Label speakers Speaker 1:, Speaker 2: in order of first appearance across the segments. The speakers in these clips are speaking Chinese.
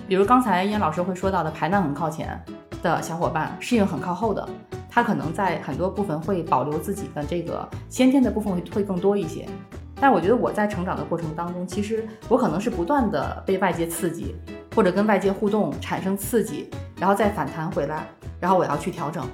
Speaker 1: 比如刚才燕老师会说到的排难很靠前的小伙伴，适应很靠后的，他可能在很多部分会保留自己的这个先天的部分会更多一些。但我觉得我在成长的过程当中，其实我可能是不断的被外界刺激，或者跟外界互动产生刺激，然后再反弹回来，然后我要去调整。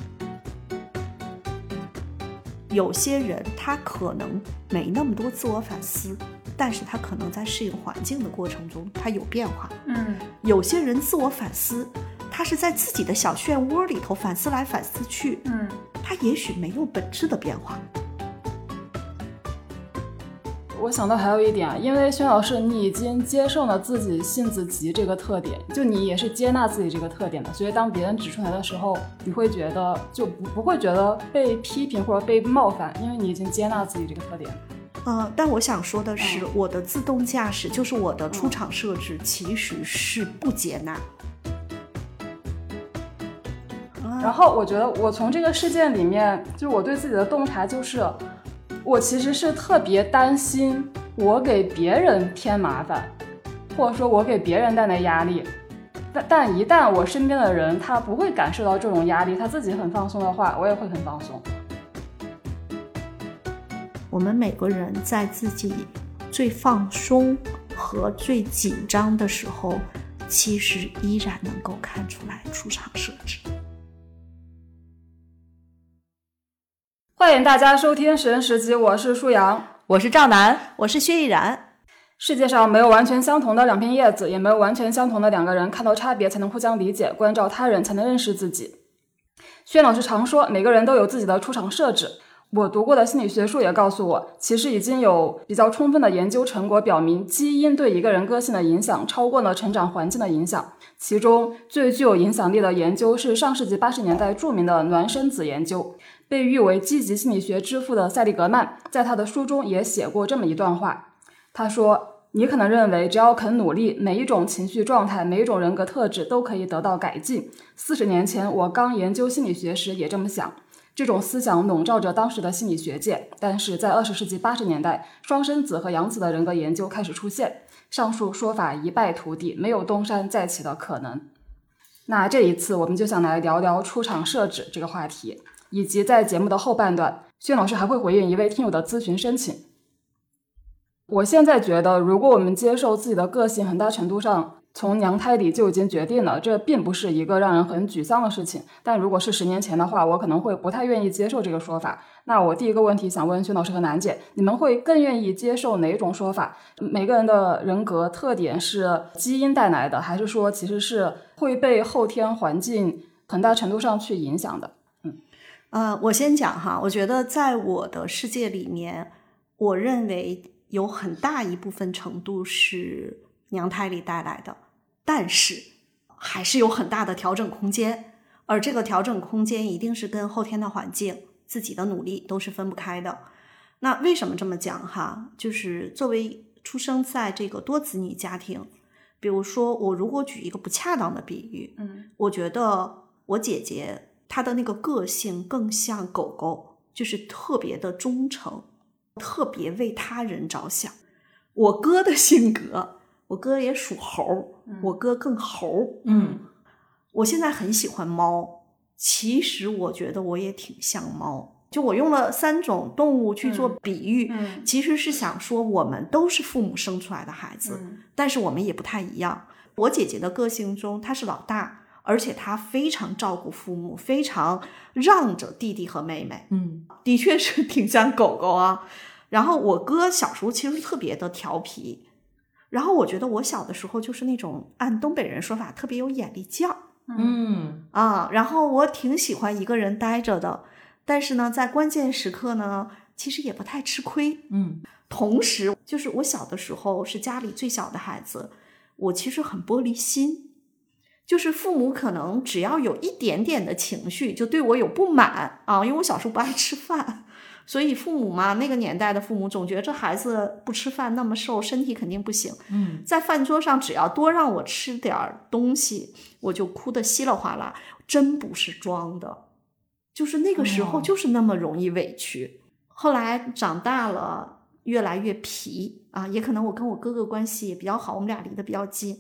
Speaker 2: 有些人他可能没那么多自我反思，但是他可能在适应环境的过程中他有变化。有些人自我反思，他是在自己的小漩涡里头反思来反思去，他也许没有本质的变化。
Speaker 3: 我想到还有一点，因为轩老师你已经接受了自己性子急这个特点，就你也是接纳自己这个特点的，所以当别人指出来的时候，你会觉得就不会觉得被批评或者被冒犯，因为你已经接纳自己这个特点。
Speaker 2: 但我想说的是，我的自动驾驶就是我的出厂设置其实是不接纳。
Speaker 3: 然后我觉得我从这个事件里面，就是我对自己的洞察就是我其实是特别担心我给别人添麻烦，或者说我给别人带来压力，但一旦我身边的人他不会感受到这种压力，他自己很放松的话，我也会很放松。
Speaker 2: 我们每个人在自己最放松和最紧张的时候，其实依然能够看出来出厂设置。
Speaker 3: 欢迎大家收听食人时集，我是舒阳，
Speaker 1: 我是赵楠，
Speaker 2: 我是薛逸然。
Speaker 3: 世界上没有完全相同的两片叶子，也没有完全相同的两个人，看到差别才能互相理解，关照他人才能认识自己。薛老师常说每个人都有自己的出厂设置，我读过的心理学书也告诉我，其实已经有比较充分的研究成果表明，基因对一个人个性的影响超过了成长环境的影响。其中最具有影响力的研究是上世纪80年代著名的孪生子研究，被誉为积极心理学之父的塞利格曼在他的书中也写过这么一段话。他说，你可能认为只要肯努力，每一种情绪状态，每一种人格特质都可以得到改进。40年前我刚研究心理学时也这么想，这种思想笼罩着当时的心理学界。但是在20世纪80年代，双生子和养子的人格研究开始出现，上述说法一败涂地，没有东山再起的可能。那这一次我们就想来聊聊出厂设置这个话题，以及在节目的后半段，薛老师还会回应一位听友的咨询申请。我现在觉得，如果我们接受自己的个性很大程度上从娘胎里就已经决定了，这并不是一个让人很沮丧的事情。但如果是10年前的话，我可能会不太愿意接受这个说法。那我第一个问题想问薛老师和楠姐，你们会更愿意接受哪种说法？每个人的人格特点是基因带来的，还是说其实是会被后天环境很大程度上去影响的？
Speaker 2: 我先讲哈，我觉得在我的世界里面，我认为有很大一部分程度是娘胎里带来的，但是还是有很大的调整空间，而这个调整空间一定是跟后天的环境、自己的努力都是分不开的。那为什么这么讲哈？就是作为出生在这个多子女家庭，比如说我如果举一个不恰当的比喻，我觉得我姐姐她的那个个性更像狗狗，就是特别的忠诚，特别为他人着想。我哥的性格，我哥也属猴，我哥更猴。我现在很喜欢猫，其实我觉得我也挺像猫。就我用了3种动物去做比喻，其实是想说我们都是父母生出来的孩子，但是我们也不太一样。我姐姐的个性中，她是老大，而且她非常照顾父母，非常让着弟弟和妹妹。的确是挺像狗狗啊。然后我哥小时候其实特别的调皮，然后我觉得我小的时候就是那种按东北人说法特别有眼力劲儿。然后我挺喜欢一个人待着的，但是呢在关键时刻呢其实也不太吃亏。同时就是我小的时候是家里最小的孩子，我其实很玻璃心，就是父母可能只要有一点点的情绪就对我有不满啊，因为我小时候不爱吃饭，所以父母嘛，那个年代的父母总觉得这孩子不吃饭那么瘦，身体肯定不行。在饭桌上只要多让我吃点东西，我就哭得稀里哗啦，真不是装的，就是那个时候就是那么容易委屈。后来长大了越来越皮啊，也可能我跟我哥哥关系也比较好，我们俩离得比较近，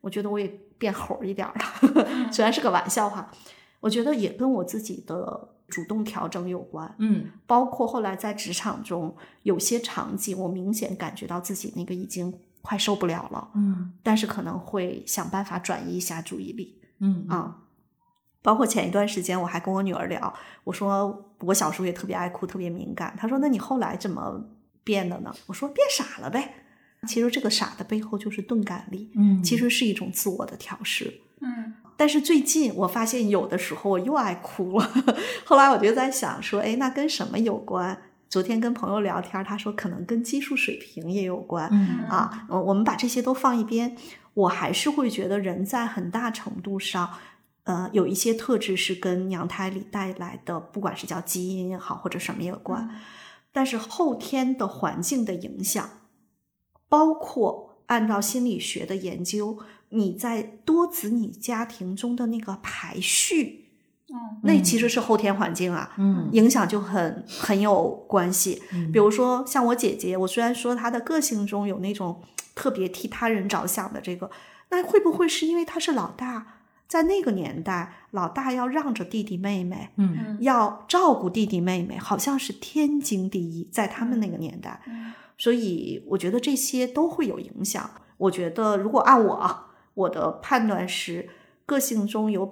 Speaker 2: 我觉得我也变猴一点了，虽然是个玩笑话，我觉得也跟我自己的主动调整有关。包括后来在职场中有些场景，我明显感觉到自己那个已经快受不了了，但是可能会想办法转移一下注意力。包括前一段时间我还跟我女儿聊，我说我小时候也特别爱哭，特别敏感。她说那你后来怎么变的呢？我说变傻了呗。其实这个傻的背后就是钝感力，其实是一种自我的调试。但是最近我发现有的时候我又爱哭了，后来我就在想说，哎，那跟什么有关？昨天跟朋友聊天，他说可能跟激素水平也有关。我们把这些都放一边，我还是会觉得人在很大程度上有一些特质是跟娘胎里带来的，不管是叫基因也好或者什么有关，但是后天的环境的影响，包括按照心理学的研究，你在多子女家庭中的那个排序，那其实是后天环境啊，影响就很有关系。比如说像我姐姐，我虽然说她的个性中有那种特别替他人着想的这个，那会不会是因为她是老大，在那个年代老大要让着弟弟妹妹，要照顾弟弟妹妹，好像是天经地义，在他们那个年代。所以我觉得这些都会有影响。我觉得如果按我的判断是，个性中有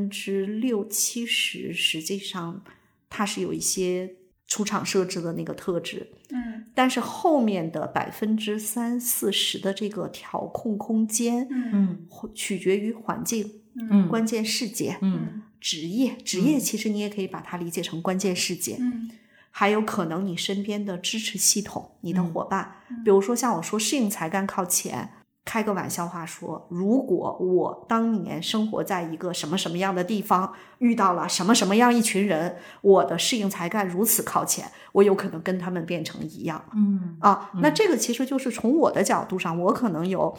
Speaker 2: 60-70%实际上它是有一些出厂设置的那个特质，但是后面的30-40%的这个调控空间，取决于环境，关键事件，职业其实你也可以把它理解成关键事件，还有可能你身边的支持系统，你的伙伴，比如说像我说适应才干靠前，开个玩笑话说，如果我当年生活在一个什么什么样的地方，遇到了什么什么样一群人，我的适应才干如此靠前，我有可能跟他们变成一样。那这个其实就是从我的角度上，我可能有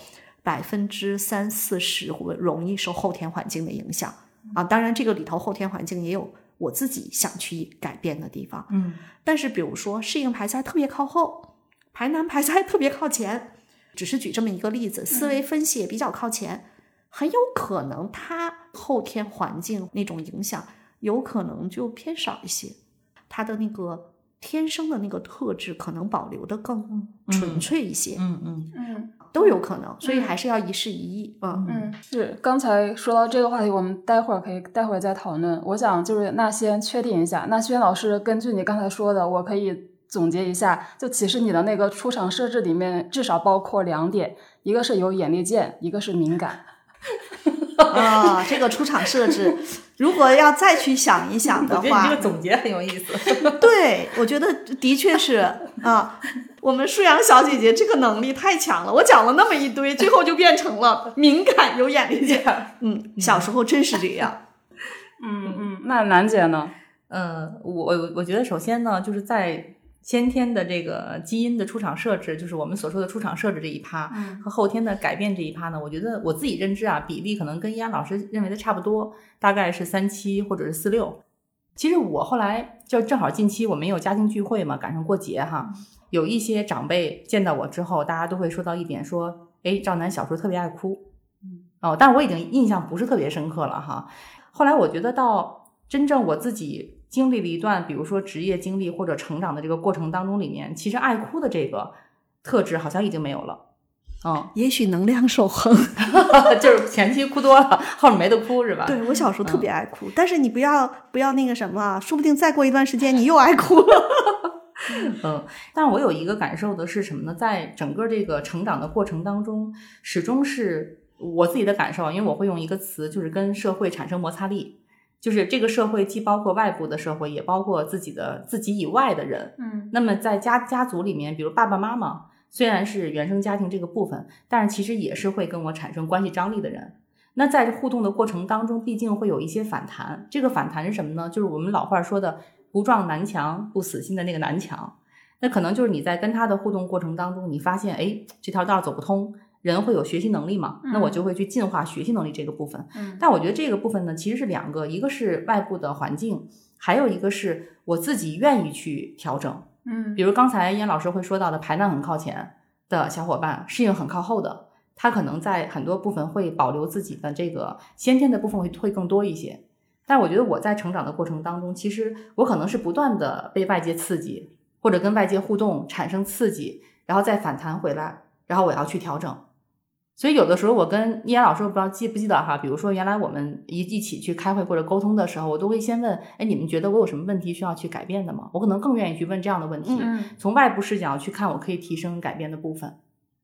Speaker 2: 30-40%会容易受后天环境的影响当然这个里头后天环境也有我自己想去改变的地方。但是比如说适应排塞特别靠后，排南排塞特别靠前，只是举这么一个例子，思维分析也比较靠前，很有可能它后天环境那种影响有可能就偏少一些，它的那个天生的那个特质可能保留的更纯粹一些，都有可能，所以还是要一事一议。
Speaker 3: 是刚才说到这个话题，我们待会儿可以待会儿再讨论。我想就是那先确定一下，那轩老师根据你刚才说的，我可以总结一下，就其实你的那个出厂设置里面至少包括2点，一个是有眼力见，一个是敏感。
Speaker 2: 这个出厂设置如果要再去想一想的话，
Speaker 1: 我觉得你这个总结很有意思。
Speaker 2: 对，我觉得的确是我们舒阳小姐姐这个能力太强了，我讲了那么一堆，最后就变成了敏感有眼力见。小时候真是这样。
Speaker 3: 那楠姐呢？
Speaker 1: 我觉得首先呢，就是在先天的这个基因的出厂设置，就是我们所说的出厂设置这一趴，和后天的改变这一趴呢，我觉得我自己认知比例可能跟依安老师认为的差不多，大概是37或者是46。其实我后来就正好近期我们有家庭聚会嘛，赶上过节有一些长辈见到我之后，大家都会说到一点，说赵楠小时候特别爱哭，但是我已经印象不是特别深刻了后来我觉得到真正我自己经历了一段比如说职业经历或者成长的这个过程当中里面，其实爱哭的这个特质好像已经没有了。
Speaker 2: 也许能量守恒。
Speaker 1: 就是前期哭多了，后面没得哭是吧？
Speaker 2: 对，我小时候特别爱哭，但是你不要那个什么，说不定再过一段时间你又爱哭了。
Speaker 1: 但是我有一个感受的是什么呢？在整个这个成长的过程当中，始终是我自己的感受，因为我会用一个词，就是跟社会产生摩擦力。就是这个社会既包括外部的社会，也包括自己以外的人。那么在家族里面，比如爸爸妈妈，虽然是原生家庭这个部分，但是其实也是会跟我产生关系张力的人。那在互动的过程当中，毕竟会有一些反弹。这个反弹是什么呢？就是我们老话说的不撞南墙不死心的那个南墙。那可能就是你在跟他的互动过程当中，你发现这条道走不通，人会有学习能力嘛，那我就会去进化学习能力这个部分。但我觉得这个部分呢，其实是2个，一个是外部的环境，还有一个是我自己愿意去调整。比如刚才燕老师会说到的排难很靠前的小伙伴，适应很靠后的， 他可能在很多部分会保留自己的这个先天的部分会更多一些。但我觉得我在成长的过程当中，其实我可能是不断的被外界刺激，或者跟外界互动产生刺激，然后再反弹回来，然后我要去调整。所以有的时候我跟易安老师，我不知道记不记得哈，比如说原来我们一起去开会或者沟通的时候，我都会先问，哎，你们觉得我有什么问题需要去改变的吗？我可能更愿意去问这样的问题，从外部视角去看我可以提升改变的部分。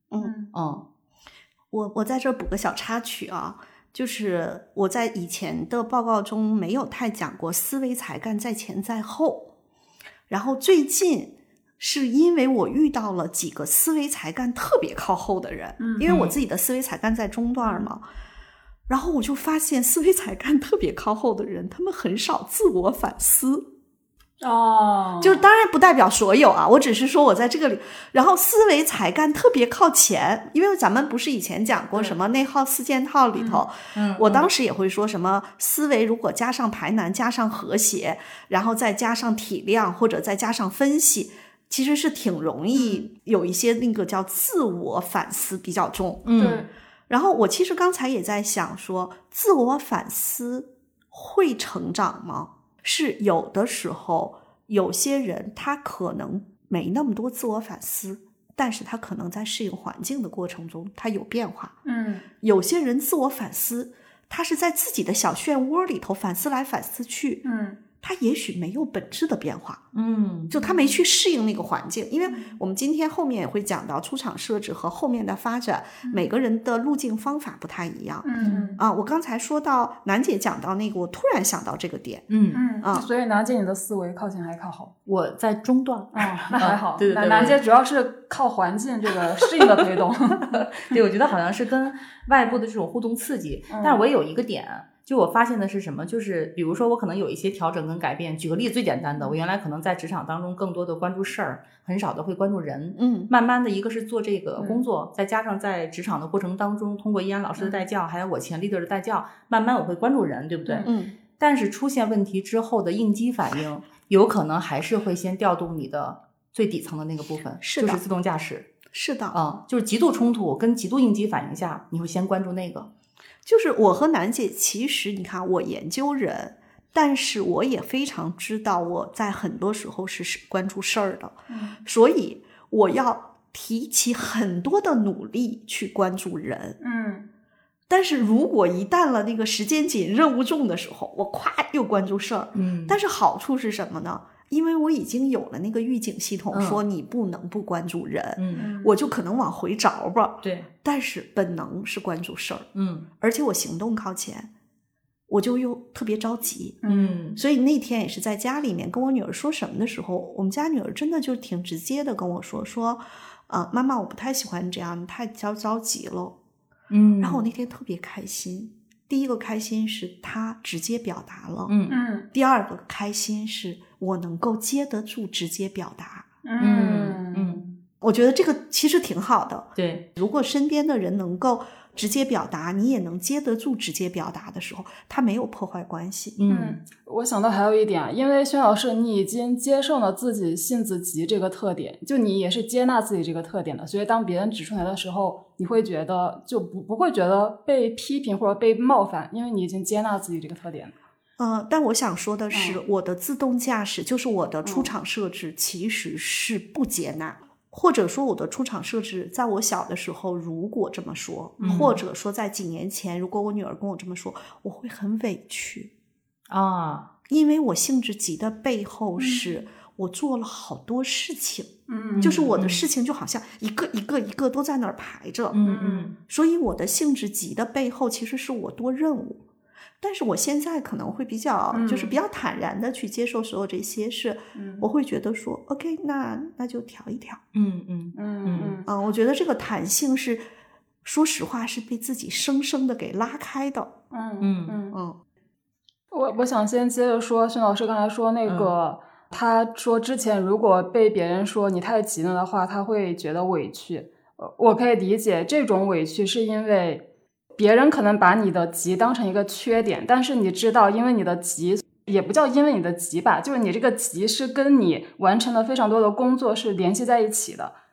Speaker 2: 我在这儿补个小插曲啊，就是我在以前的报告中没有太讲过思维才干在前在后，然后最近是因为我遇到了几个思维才干特别靠后的人，因为我自己的思维才干在中段嘛，然后我就发现思维才干特别靠后的人，他们很少自我反思。就当然不代表所有啊，我只是说我在这个里，然后思维才干特别靠前，因为咱们不是以前讲过什么内耗四件套里头，我当时也会说什么思维如果加上排难加上和谐，然后再加上体谅或者再加上分析，其实是挺容易有一些那个叫自我反思比较重。
Speaker 3: 对。
Speaker 2: 然后我其实刚才也在想说，自我反思会成长吗？是有的时候有些人他可能没那么多自我反思，但是他可能在适应环境的过程中他有变化。有些人自我反思，他是在自己的小漩涡里头反思来反思去，他也许没有本质的变化，就他没去适应那个环境。因为我们今天后面也会讲到出场设置和后面的发展，每个人的路径方法不太一样。我刚才说到楠姐讲到那个，我突然想到这个点。
Speaker 3: 所以楠姐你的思维靠前还靠后？
Speaker 1: 我在中段。
Speaker 3: 那还好。
Speaker 1: 对，
Speaker 3: 楠姐主要是靠环境这个适应的推动。
Speaker 1: 对，我觉得好像是跟外部的这种互动刺激，但是我也有一个点。就我发现的是什么，就是比如说我可能有一些调整跟改变。举个例子，最简单的，我原来可能在职场当中更多的关注事儿，很少的会关注人。慢慢的一个是做这个工作，再加上在职场的过程当中，通过易安老师的带教，还有我前 leader 的带教，慢慢我会关注人，对不对？但是出现问题之后的应激反应，有可能还是会先调动你的最底层的那个部分，就是自动驾驶。
Speaker 2: 是的，
Speaker 1: 就是极度冲突跟极度应激反应下，你会先关注那个。
Speaker 2: 就是我和楠姐，其实你看我研究人，但是我也非常知道我在很多时候是关注事儿的，所以我要提起很多的努力去关注人。但是如果一旦了那个时间紧任务重的时候，我咵又关注事儿。但是好处是什么呢？因为我已经有了那个预警系统，说你不能不关注人，我就可能往回找吧。
Speaker 1: 对，
Speaker 2: 但是本能是关注事儿，而且我行动靠前，我就又特别着急，所以那天也是在家里面跟我女儿说什么的时候，我们家女儿真的就挺直接的跟我说，妈妈，我不太喜欢这样，你太着急了。然后我那天特别开心。第一个开心是他直接表达了，第二个开心是我能够接得住直接表达，我觉得这个其实挺好的。
Speaker 1: 对，
Speaker 2: 如果身边的人能够直接表达，你也能接得住直接表达的时候，他没有破坏关系。
Speaker 3: 我想到还有一点，因为轩老师你已经接受了自己性子急这个特点，就你也是接纳自己这个特点的，所以当别人指出来的时候，你会觉得就不会觉得被批评或者被冒犯，因为你已经接纳自己这个特点了。
Speaker 2: 但我想说的是，我的自动驾驶就是我的出厂设置其实是不接纳，或者说我的出厂设置在我小的时候如果这么说，或者说在几年前如果我女儿跟我这么说，我会很委屈因为我性子急的背后是我做了好多事情，就是我的事情就好像一个一个一个都在那儿排着，所以我的性子急的背后其实是我多任务。但是我现在可能会比较就是比较坦然的去接受所有这些事，我会觉得说 OK 那就调一调。我觉得这个弹性是说实话是被自己生生的给拉开的。
Speaker 3: 我想先接着说孙老师刚才说那个他说之前如果被别人说你太急了的话，他会觉得委屈。我可以理解这种委屈是因为别人可能把你的急当成一个缺点，但是你知道因为你的急也不叫因为你的急吧，就是你这个急是跟你完成了非常多的工作是联系在一起的，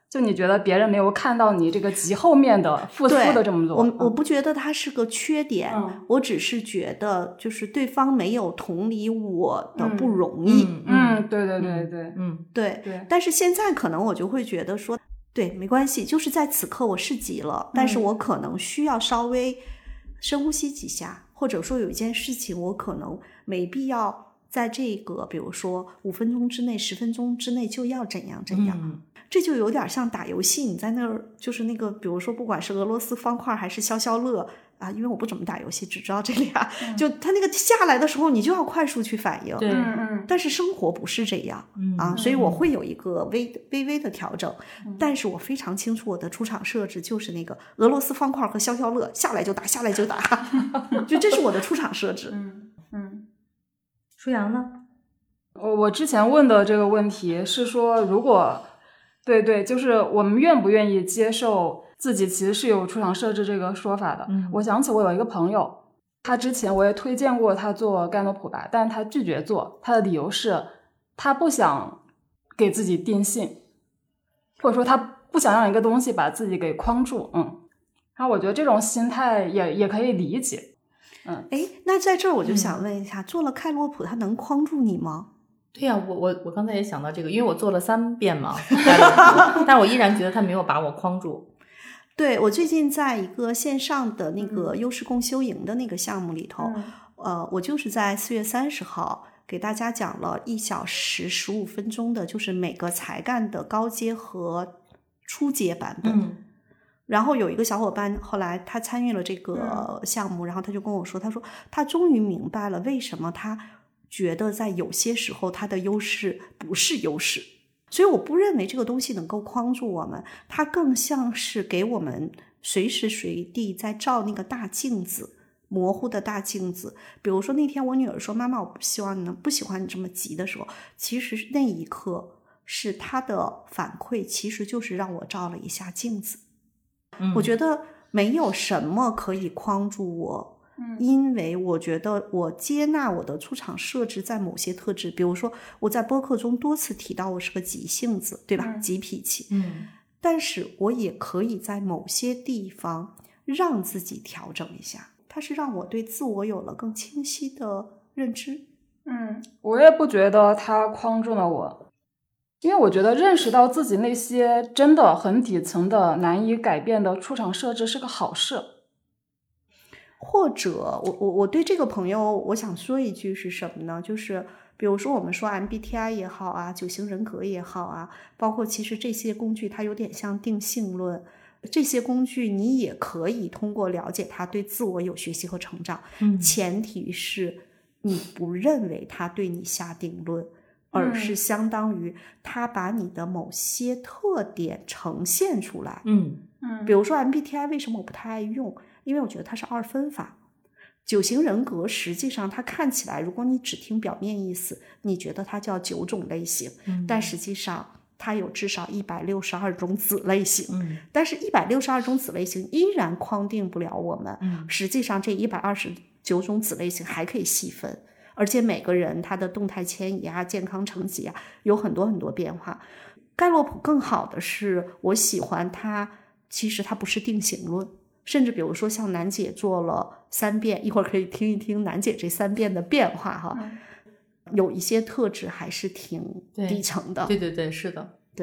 Speaker 3: 就你觉得别人没有看到你这个极后面的付出的这么多。
Speaker 2: 我不觉得它是个缺点，我只是觉得就是对方没有同理我的不容易。
Speaker 3: 对对对对，
Speaker 2: 对。但是现在可能我就会觉得说，对，没关系，就是在此刻我是急了，但是我可能需要稍微深呼吸几下，或者说有一件事情我可能没必要在这个比如说5分钟之内10分钟之内就要怎样怎样。这就有点像打游戏，你在那儿就是那个比如说不管是俄罗斯方块还是消消乐啊，因为我不怎么打游戏，只知道这俩，就它那个下来的时候你就要快速去反应。
Speaker 1: 对，
Speaker 2: 但是生活不是这样所以我会有一个微微的调整，但是我非常清楚我的出场设置就是那个俄罗斯方块和消消乐，下来就打下来就打就这是我的出场设置。
Speaker 1: 舒阳呢？
Speaker 3: 我之前问的这个问题是说，如果对，就是我们愿不愿意接受自己其实是有出场设置这个说法的。我想起我有一个朋友，他之前我也推荐过他做盖洛普吧，但他拒绝做，他的理由是他不想给自己定性，或者说他不想让一个东西把自己给框住。然后我觉得这种心态也可以理解。
Speaker 2: 那在这儿我就想问一下，做了盖洛普它能框住你吗？
Speaker 1: 对呀，我刚才也想到这个，因为我做了3遍嘛，但我依然觉得他没有把我框住。
Speaker 2: 对，我最近在一个线上的那个优势共修营的那个项目里头，我就是在4月30号给大家讲了1小时15分钟的，就是每个才干的高阶和初阶版本。然后有一个小伙伴后来他参与了这个项目，然后他就跟我说，他说他终于明白了为什么他觉得在有些时候他的优势不是优势。所以我不认为这个东西能够框住我们，它更像是给我们随时随地在照那个大镜子，模糊的大镜子。比如说那天我女儿说，妈妈我不喜欢你这么急的时候，其实那一刻是她的反馈，其实就是让我照了一下镜子。我觉得没有什么可以框住我，因为我觉得我接纳我的出场设置在某些特质，比如说我在播客中多次提到我是个急性子，对吧？急脾气。但是我也可以在某些地方让自己调整一下，它是让我对自我有了更清晰的认知。
Speaker 3: 我也不觉得它框住了我，因为我觉得认识到自己那些真的很底层的难以改变的出场设置是个好事。
Speaker 2: 或者我对这个朋友我想说一句是什么呢，就是比如说我们说 MBTI 也好啊，9型人格也好啊，包括其实这些工具它有点像定性论，这些工具你也可以通过了解它对自我有学习和成长，前提是你不认为它对你下定论，而是相当于它把你的某些特点呈现出来。比如说 MBTI 为什么我不太爱用，因为我觉得它是2分法。9型人格实际上它看起来，如果你只听表面意思，你觉得它叫9种类型，但实际上它有至少162种子类型，但是162种子类型依然框定不了我们。实际上这129种子类型还可以细分，而且每个人他的动态迁移啊、健康成绩啊有很多很多变化。盖洛普更好的是，我喜欢它，其实它不是定型论，甚至比如说像楠姐做了3遍，一会儿可以听一听楠姐这3遍的变化哈，有一些特质还是挺底层的。
Speaker 1: 对，是的，
Speaker 2: 对，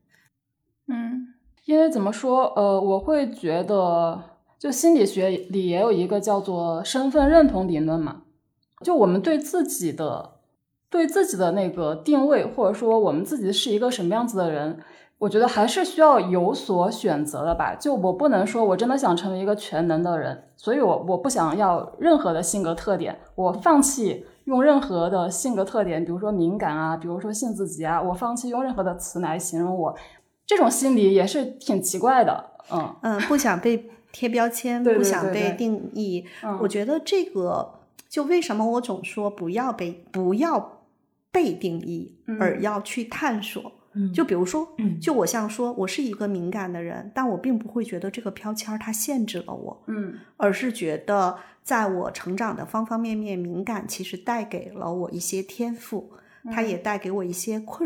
Speaker 3: 因为怎么说，我会觉得，就心理学里也有一个叫做身份认同理论嘛，就我们对自己的那个定位，或者说我们自己是一个什么样子的人，我觉得还是需要有所选择的吧。就我不能说我真的想成为一个全能的人，所以我不想要任何的性格特点，我放弃用任何的性格特点，比如说敏感啊，比如说性子急啊，我放弃用任何的词来形容我，这种心理也是挺奇怪的。
Speaker 2: 不想被贴标签，
Speaker 3: 对，
Speaker 2: 不想被定义。我觉得这个就为什么我总说不要被定义，而要去探索。就比如说，就我像说我是一个敏感的人，但我并不会觉得这个标签它限制了我，而是觉得在我成长的方方面面，敏感其实带给了我一些天赋，它也带给我一些困扰。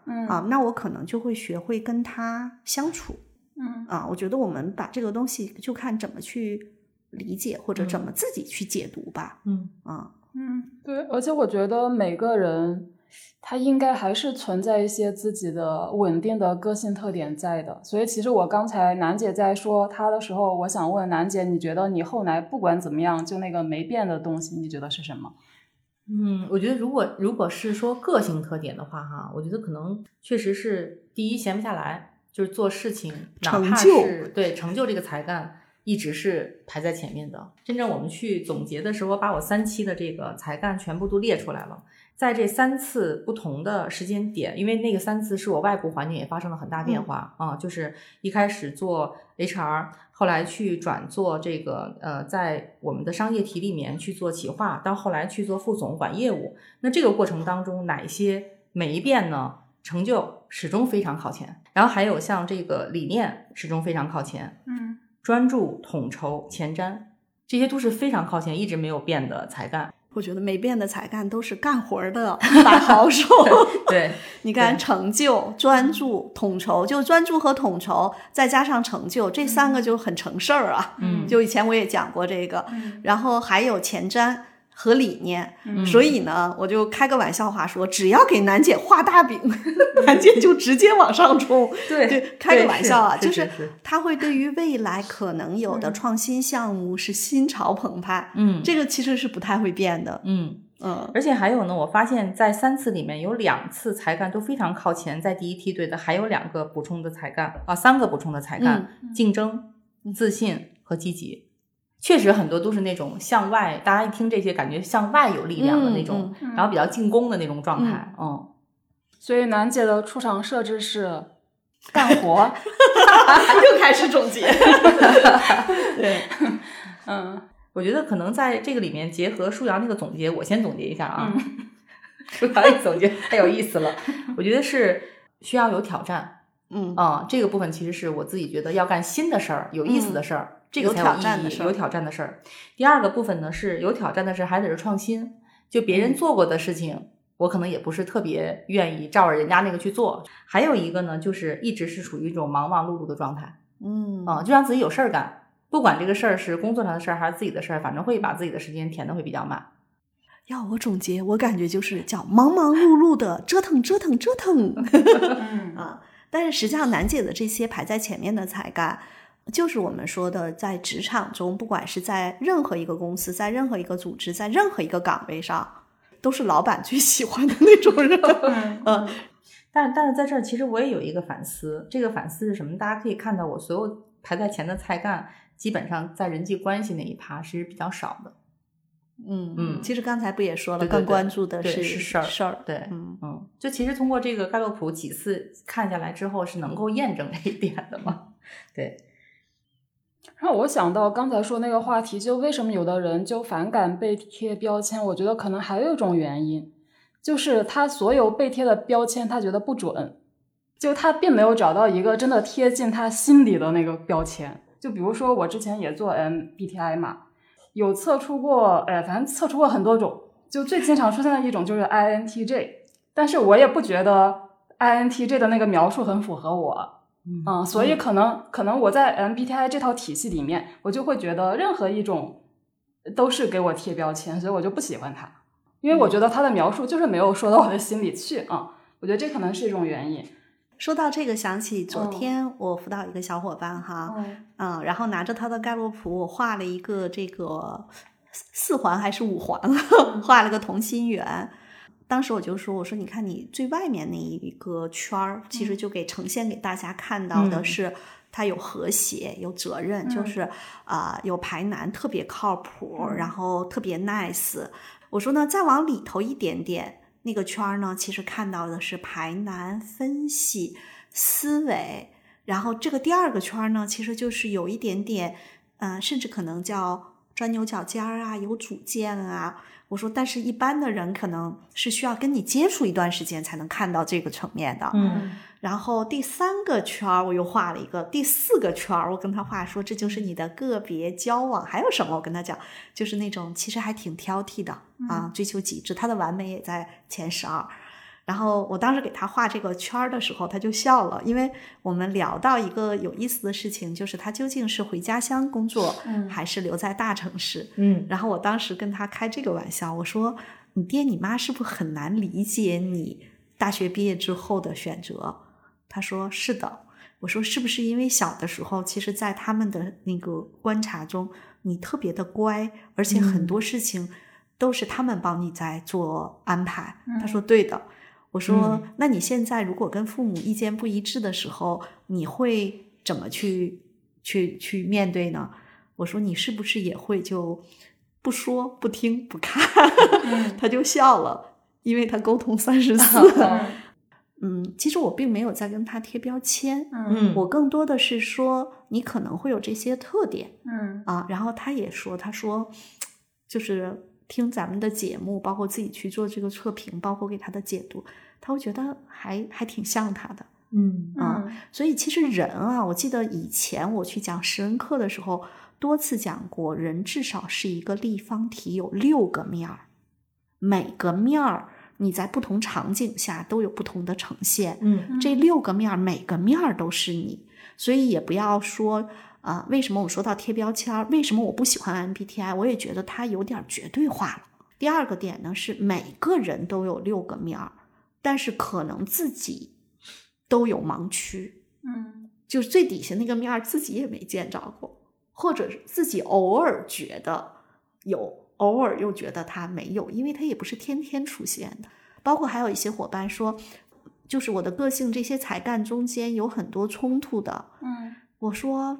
Speaker 2: 那我可能就会学会跟他相处。我觉得我们把这个东西就看怎么去理解或者怎么自己去解读吧。
Speaker 3: 对，而且我觉得每个人他应该还是存在一些自己的稳定的个性特点在的，所以其实我刚才楠姐在说她的时候，我想问楠姐，你觉得你后来不管怎么样就那个没变的东西，你觉得是什么？
Speaker 1: 我觉得如果是说个性特点的话哈，我觉得可能确实是第一闲不下来，就是做事情哪怕是对成就这个才干一直是排在前面的。真正我们去总结的时候，我把我3期的这个才干全部都列出来了。在这3次不同的时间点，因为那个3次是我外部环境也发生了很大变化就是一开始做 HR， 后来去转做这个在我们的商业体里面去做企划，到后来去做副总管业务。那这个过程当中哪一些每一遍呢成就始终非常靠前，然后还有像这个理念始终非常靠前，专注统筹前瞻，这些都是非常靠前一直没有变的才干。
Speaker 2: 我觉得没变的才干都是干活的大好手。
Speaker 1: 对，
Speaker 2: 你看成就、专注、统筹，就专注和统筹再加上成就，这3个就很成事儿啊。就以前我也讲过这个，然后还有前瞻和理念，所以呢我就开个玩笑话说，只要给楠姐画大饼，楠姐就直接往上冲。对，就开个玩笑啊，就是她会对于未来可能有的创新项目是心潮澎湃。这个其实是不太会变的。
Speaker 1: 而且还有呢，我发现在3次里面有2次才干都非常靠前，在第一梯队的还有2个补充的才干3个补充的才干，竞争、自信和积极。确实很多都是那种向外，大家一听这些感觉向外有力量的那种，然后比较进攻的那种状态。
Speaker 3: 所以楠姐的出场设置是干活。
Speaker 2: 又开始总结。
Speaker 1: 对，我觉得可能在这个里面结合舒瑶那个总结，我先总结一下啊。舒瑶一总结太有意思了，我觉得是需要有挑战。这个部分其实是我自己觉得要干新的事儿，有意思的事儿。这个才有意义，有挑战的事儿。第二个部分呢，是有挑战的事还得是创新，就别人做过的事情，我可能也不是特别愿意照着人家那个去做。还有一个呢，就是一直是属于一种忙忙碌碌的状态，就让自己有事儿干，不管这个事儿是工作上的事儿还是自己的事儿，反正会把自己的时间填的会比较满。
Speaker 2: 要我总结，我感觉就是叫忙忙碌碌的折腾折腾折腾。但是实际上楠姐的这些排在前面的才干，就是我们说的在职场中，不管是在任何一个公司，在任何一个组织，在任何一个岗位上，都是老板最喜欢的那种人。
Speaker 1: 但是在这儿其实我也有一个反思，这个反思是什么？大家可以看到我所有排在前的才干基本上在人际关系那一趴是比较少的。
Speaker 2: 其实刚才不也说了，
Speaker 1: 对对对，
Speaker 2: 更关注的是
Speaker 1: 事儿。对，就其实通过这个盖洛普几次看下来之后是能够验证这一点的嘛。对。
Speaker 3: 让我想到刚才说那个话题，就为什么有的人就反感被贴标签，我觉得可能还有一种原因，就是他所有被贴的标签他觉得不准，就他并没有找到一个真的贴近他心里的那个标签。就比如说我之前也做 MBTI 嘛，有测出过反正测出过很多种，就最经常出现的一种就是 INTJ， 但是我也不觉得 INTJ 的那个描述很符合我。所以可能我在 MBTI 这套体系里面，我就会觉得任何一种都是给我贴标签，所以我就不喜欢它，因为我觉得它的描述就是没有说到我的心里去我觉得这可能是一种原因。
Speaker 2: 说到这个，想起昨天我辅导一个小伙伴然后拿着他的盖洛普，我画了一个这个4环还是5环画了个同心圆。当时我就说，我说你看你最外面那一个圈儿，其实就给呈现给大家看到的是它有和谐，有责任，就是有排难，特别靠谱，然后特别 nice。我说呢，再往里头一点点那个圈呢，其实看到的是排难、分析、思维。然后这个第2个圈呢，其实就是有一点点甚至可能叫钻牛角尖啊，有主见啊。我说但是一般的人可能是需要跟你接触一段时间才能看到这个层面的。然后第3个圈我又画了一个，第4个圈我跟他画说这就是你的个别交往。还有什么我跟他讲，就是那种其实还挺挑剔的追求极致，他的完美也在前12。 然后我当时给他画这个圈的时候，他就笑了，因为我们聊到一个有意思的事情，就是他究竟是回家乡工作，还是留在大城市。然后我当时跟他开这个玩笑，我说你爹你妈是不是很难理解你大学毕业之后的选择？他说是的。我说是不是因为小的时候，其实在他们的那个观察中，你特别的乖，而且很多事情都是他们帮你在做安排。他说对的。我说那你现在如果跟父母意见不一致的时候，你会怎么去面对呢？我说你是不是也会就不说不听不看？他就笑了，因为他沟通34。其实我并没有在跟他贴标签，我更多的是说你可能会有这些特点，然后他也说，他说就是听咱们的节目，包括自己去做这个测评，包括给他的解读，他会觉得还挺像他的，所以其实人啊，我记得以前我去讲识人课的时候，多次讲过，人至少是一个立方体，有6个面儿，每个面儿你在不同场景下都有不同的呈现，这6个面每个面都是你，所以也不要说为什么我说到贴标签，为什么我不喜欢 MBTI， 我也觉得它有点绝对化了。第二个点呢是每个人都有6个面，但是可能自己都有盲区，就是最底下那个面自己也没见着过，或者是自己偶尔觉得有，偶尔又觉得它没有，因为它也不是天天出现的。包括还有一些伙伴说，就是我的个性这些才干中间有很多冲突的，我说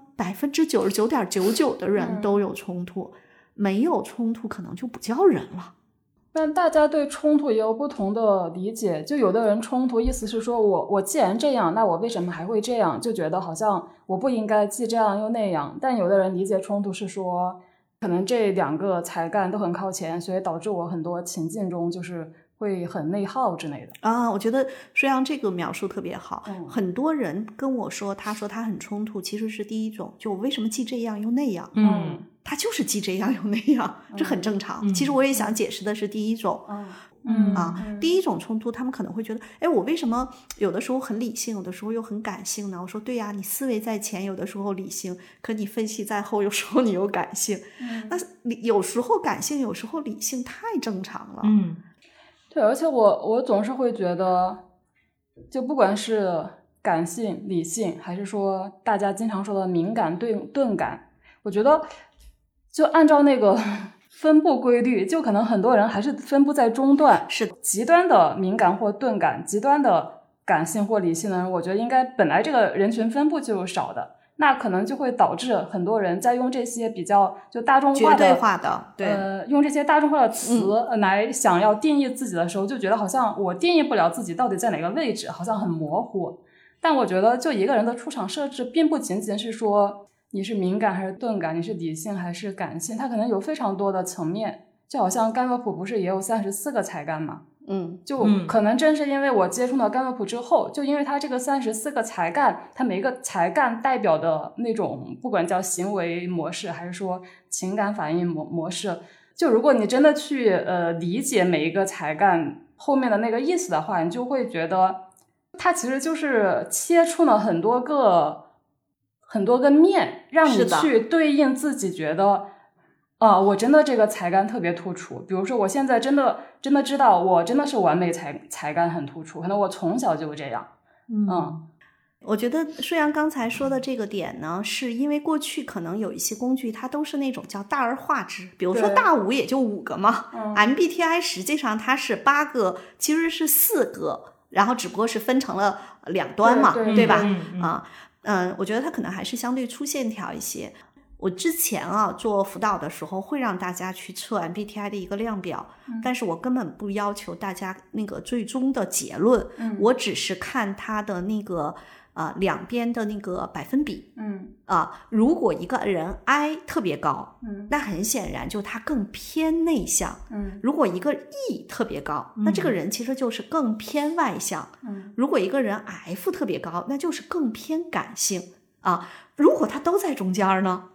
Speaker 2: 99.99%的人都有冲突，没有冲突可能就不叫人了。
Speaker 3: 但大家对冲突也有不同的理解，就有的人冲突意思是说我既然这样，那我为什么还会这样，就觉得好像我不应该既这样又那样。但有的人理解冲突是说可能这2个才干都很靠前，所以导致我很多情境中就是会很内耗之类的。
Speaker 2: 我觉得舒阳这个描述特别好。很多人跟我说，他说他很冲突，其实是第一种，就我为什么既这样又那样，他就是既这样又那样，这很正常。其实我也想解释的是第一种，第一种冲突，他们可能会觉得，哎，我为什么有的时候很理性，有的时候又很感性呢？我说对呀，你思维在前，有的时候理性，可你分析在后，有时候你又感性。那有时候感性，有时候理性，太正常了。
Speaker 3: 对，而且我总是会觉得，就不管是感性、理性，还是说大家经常说的敏感、钝感，我觉得就按照那个分布规律，就可能很多人还是分布在中段，
Speaker 2: 是
Speaker 3: 极端的敏感或钝感，极端的感性或理性的人，我觉得应该本来这个人群分布就有少的，那可能就会导致很多人在用这些比较就大众化的
Speaker 2: 绝对化的，对，
Speaker 3: 用这些大众化的词来想要定义自己的时候，就觉得好像我定义不了自己到底在哪个位置，好像很模糊。但我觉得就一个人的出场设置并不仅仅是说你是敏感还是钝感，你是理性还是感性，它可能有非常多的层面。就好像甘洛普不是也有34个才干吗？就可能正是因为我接触到甘洛普之后，就因为它这个34个才干，它每一个才干代表的那种不管叫行为模式还是说情感反应模式，就如果你真的去理解每一个才干后面的那个意思的话，你就会觉得它其实就是切出了很多个面，让你去对应自己觉得我真的这个才干特别突出。比如说我现在真的知道我真的是完美才干很突出，可能我从小就这样。
Speaker 2: 我觉得舒阳刚才说的这个点呢，是因为过去可能有一些工具它都是那种叫大而化之，比如说大5也就5个嘛。MBTI 实际上它是8个，其实是4个，然后只不过是分成了2端嘛， 对吧？我觉得它可能还是相对粗线条一些。我之前做辅导的时候会让大家去测 MBTI 的一个量表，但是我根本不要求大家那个最终的结论，我只是看它的那个两边的那个百分比。如果一个人 I 特别高，那很显然就他更偏内向。如果一个 E 特别高，那这个人其实就是更偏外向。如果一个人 F 特别高，那就是更偏感性。如果他都在中间呢，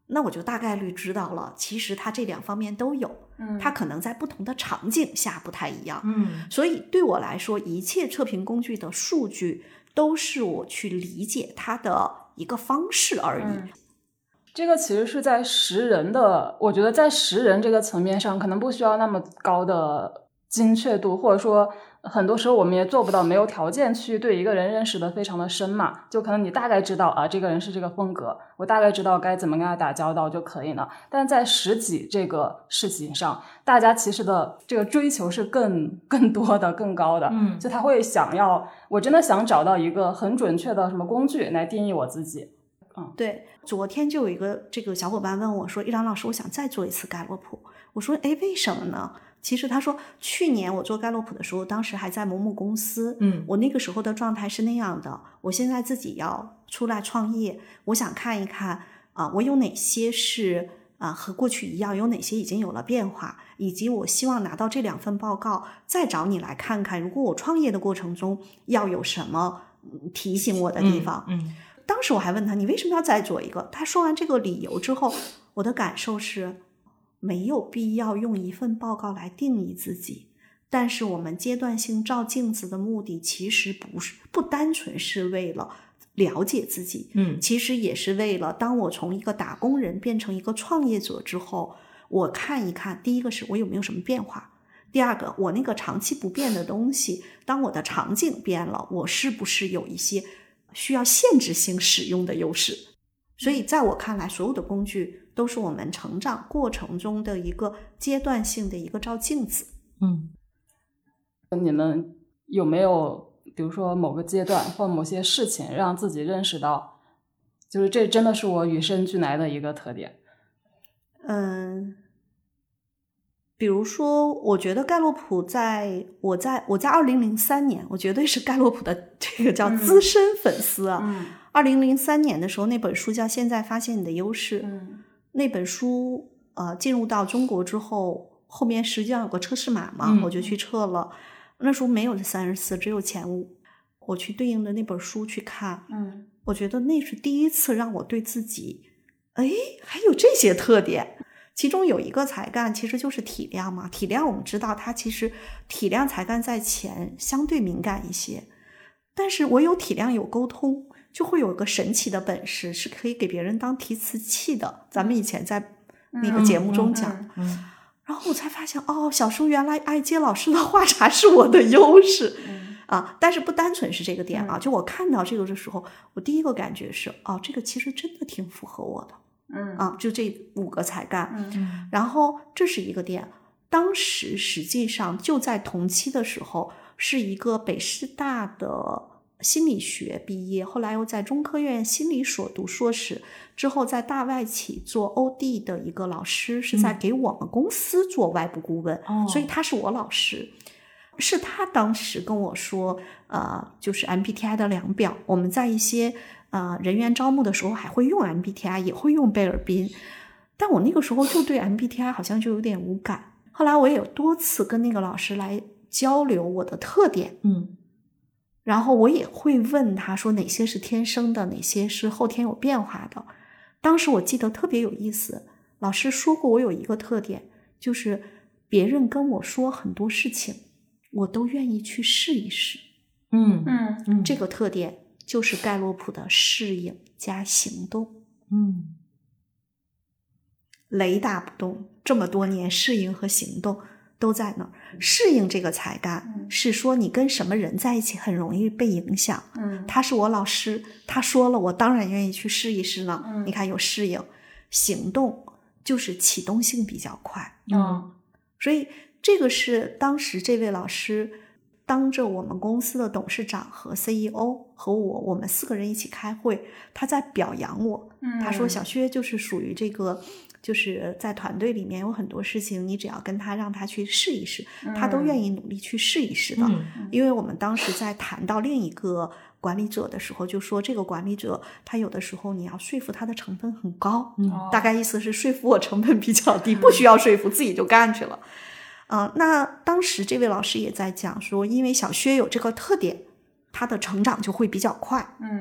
Speaker 2: 那我就大概率知道了，其实他这两方面都有，他可能在不同的场景下不太一样。所以对我来说，一切测评工具的数据都是我去理解它的一个方式而已。
Speaker 3: 这个其实是在识人的，我觉得在识人这个层面上，可能不需要那么高的精确度，或者说很多时候我们也做不到，没有条件去对一个人认识的非常的深嘛，就可能你大概知道啊，这个人是这个风格，我大概知道该怎么跟他打交道就可以了。但在识己这个事情上，大家其实的这个追求是更多的、更高的。就他会想要，我真的想找到一个很准确的什么工具来定义我自己。
Speaker 2: 对，昨天就有一个这个小伙伴问我说，一良老师，我想再做一次盖洛普。我说为什么呢？其实他说，去年我做盖洛普的时候，当时还在某某公司，我那个时候的状态是那样的，我现在自己要出来创业，我想看一看我有哪些是和过去一样，有哪些已经有了变化，以及我希望拿到这2份报告，再找你来看看，如果我创业的过程中要有什么提醒我的地方。当时我还问他，你为什么要再做一个？他说完这个理由之后，我的感受是没有必要用一份报告来定义自己，但是我们阶段性照镜子的目的其实不单纯是为了了解自己，其实也是为了当我从一个打工人变成一个创业者之后，我看一看，第一个是我有没有什么变化，第二个我那个长期不变的东西，当我的场景变了，我是不是有一些需要限制性使用的优势。所以在我看来，所有的工具都是我们成长过程中的一个阶段性的一个照镜子。
Speaker 3: 你们有没有比如说某个阶段或某些事情让自己认识到，就是这真的是我与生俱来的一个特点？
Speaker 2: 比如说我觉得盖洛普我在2003年，我绝对是盖洛普的这个叫资深粉丝2003年的时候，那本书叫《现在发现你的优势》。那本书进入到中国之后，后面实际上有个测试码嘛，我就去测了。那时候没有34，只有前5。我去对应的那本书去看，我觉得那是第一次让我对自己，还有这些特点。其中有一个才干其实就是体量嘛，体量我们知道它其实体量才干在前相对敏感一些，但是我有体量有沟通，就会有个神奇的本事是可以给别人当提词器的，咱们以前在那个节目中讲。然后我才发现小时候原来爱接老师的话茬是我的优势但是不单纯是这个点就我看到这个的时候，我第一个感觉是这个其实真的挺符合我的。就这5个才干。然后这是一个点。当时实际上就在同期的时候，是一个北师大的心理学毕业，后来又在中科院心理所读硕士，之后在大外企做 OD 的一个老师，是在给我们公司做外部顾问，所以他是我老师。是他当时跟我说就是 MBTI 的量表，我们在一些人员招募的时候还会用 MBTI， 也会用贝尔宾，但我那个时候就对 MBTI 好像就有点无感。后来我也有多次跟那个老师来交流我的特点，然后我也会问他说哪些是天生的，哪些是后天有变化的。当时我记得特别有意思，老师说过我有一个特点，就是别人跟我说很多事情我都愿意去试一试。这个特点就是盖洛普的适应加行动。雷打不动，这么多年适应和行动都在那儿。适应这个才干是说你跟什么人在一起很容易被影响。他是我老师，他说了我当然愿意去试一试了。你看有适应。行动就是启动性比较快。所以这个是当时这位老师当着我们公司的董事长和 CEO 和我们4个人一起开会，他在表扬我。他说小薛就是属于这个，就是在团队里面有很多事情你只要跟他让他去试一试，他都愿意努力去试一试的。因为我们当时在谈到另一个管理者的时候，就说这个管理者他有的时候你要说服他的成本很高，大概意思是说服我成本比较低，不需要说服，自己就干去了。那当时这位老师也在讲说，因为小薛有这个特点，他的成长就会比较快。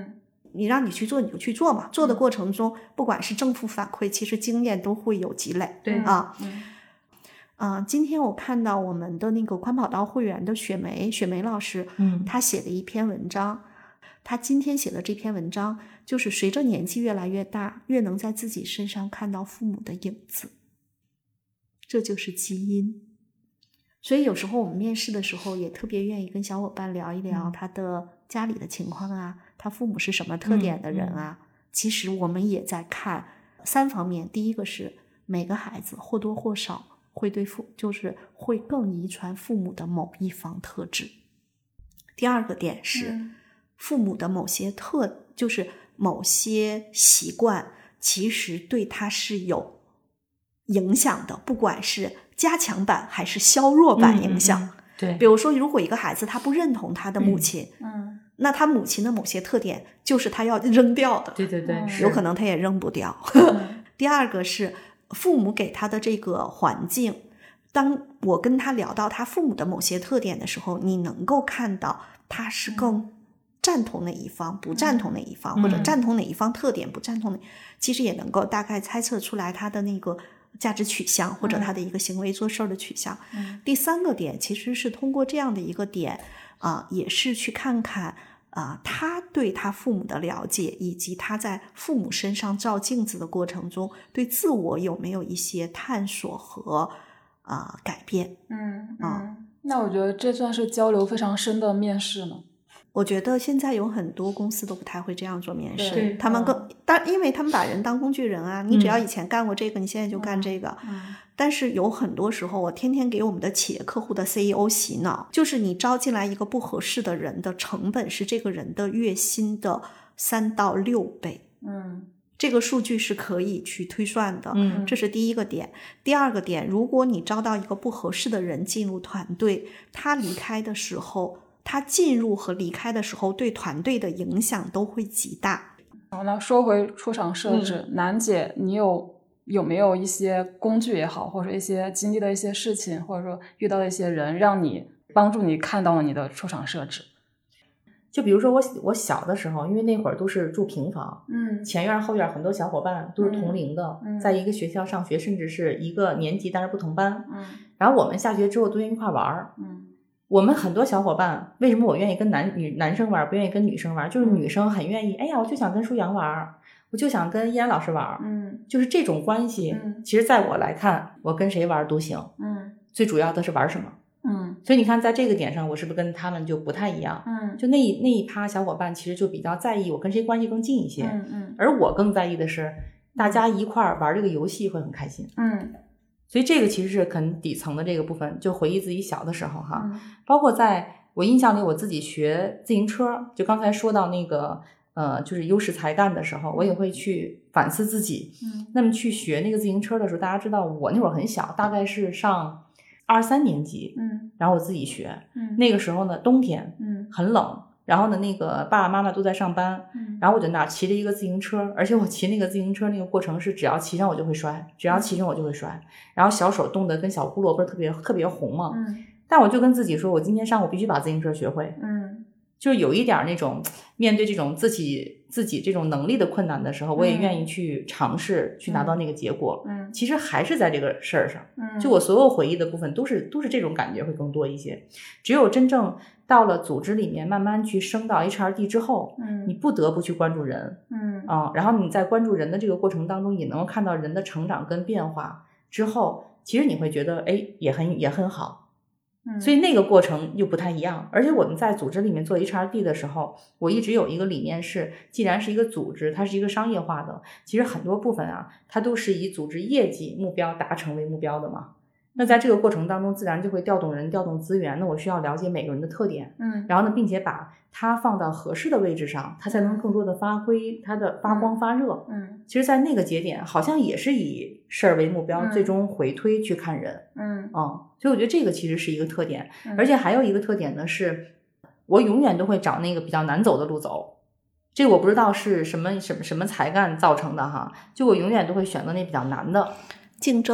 Speaker 2: 你让你去做你就去做嘛，做的过程中不管是正负反馈，其实经验都会有积累。
Speaker 1: 对
Speaker 2: 今天我看到我们的那个宽跑道会员的雪梅老师，他写的一篇文章，他今天写的这篇文章就是随着年纪越来越大，越能在自己身上看到父母的影子，这就是基因。所以有时候我们面试的时候也特别愿意跟小伙伴聊一聊他的家里的情况啊，他父母是什么特点的人啊。其实我们也在看3方面，第一个是每个孩子或多或少会就是会更遗传父母的某一方特质。第二个点是父母的某些就是某些习惯其实对他是有影响的，不管是加强版还是削弱版影响。
Speaker 1: 对，
Speaker 2: 比如说如果一个孩子他不认同他的母亲，那他母亲的某些特点就是他要扔掉的。
Speaker 1: 对，
Speaker 2: 有可能他也扔不掉。第二个是父母给他的这个环境，当我跟他聊到他父母的某些特点的时候，你能够看到他是更赞同哪一方，不赞同哪一方，或者赞同哪一方特点，不赞同其实也能够大概猜测出来他的那个价值取向，或者他的一个行为做事的取向。第三个点其实是通过这样的一个点也是去看看他对他父母的了解，以及他在父母身上照镜子的过程中对自我有没有一些探索和改变。
Speaker 3: 那我觉得这算是交流非常深的面试呢。
Speaker 2: 我觉得现在有很多公司都不太会这样做面试，他们因为他们把人当工具人啊，你只要以前干过这个，你现在就干这个。但是有很多时候我天天给我们的企业客户的 CEO 洗脑，就是你招进来一个不合适的人的成本是这个人的月薪的3到6倍。这个数据是可以去推算的。这是第一个点。第二个点，如果你招到一个不合适的人进入团队，他离开的时候，他进入和离开的时候对团队的影响都会极大。
Speaker 3: 那说回出场设置，楠姐你有没有一些工具也好，或者一些经历的一些事情，或者说遇到的一些人，让你帮助你看到了你的出场设置？
Speaker 1: 就比如说我小的时候，因为那会儿都是住平房，前院后院很多小伙伴都是同龄的，在一个学校上学，甚至是一个年级但是不同班，然后我们下学之后都愿意一块玩，我们很多小伙伴，为什么我愿意跟男生玩，不愿意跟女生玩？就是女生很愿意，哎呀，我就想跟舒阳玩，我就想跟依然老师玩，就是这种关系，其实在我来看，我跟谁玩都行，最主要的是玩什么。所以你看在这个点上我是不是跟他们就不太一样，就那一趴小伙伴其实就比较在意我跟谁关系更近一些，而我更在意的是大家一块玩这个游戏会很开心。所以这个其实是很底层的这个部分，就回忆自己小的时候哈，包括在我印象里我自己学自行车，就刚才说到那个就是优势才干的时候，我也会去反思自己。那么去学那个自行车的时候，大家知道我那会儿很小，大概是上2、3年级，然后我自己学，那个时候呢冬天，很冷，然后呢那个爸爸妈妈都在上班，然后我就骑着一个自行车，而且我骑那个自行车那个过程是只要骑上我就会摔，只要骑上我就会摔，然后小手冻得跟小胡萝卜特别红嘛，但我就跟自己说，我今天上午必须把自行车学会，就有一点那种面对这种自己这种能力的困难的时候，我也愿意去尝试去拿到那个结果。其实还是在这个事儿上，就我所有回忆的部分都是这种感觉会更多一些。只有真正到了组织里面慢慢去升到 HRD 之后，你不得不去关注人，然后你在关注人的这个过程当中也能够看到人的成长跟变化之后，其实你会觉得也很好。所以那个过程又不太一样。而且我们在组织里面做 HRD 的时候，我一直有一个理念是，既然是一个组织，它是一个商业化的，其实很多部分它都是以组织业绩目标达成为目标的嘛。那在这个过程当中自然就会调动人，调动资源，那我需要了解每个人的特点，然后呢并且把它放到合适的位置上，它才能更多的发挥它的发光发热。其实在那个节点好像也是以事儿为目标，最终回推去看人。所以我觉得这个其实是一个特点。而且还有一个特点呢，是我永远都会找那个比较难走的路走。这个我不知道是什么才干造成的哈，就我永远都会选择那比较难的。
Speaker 2: 竞争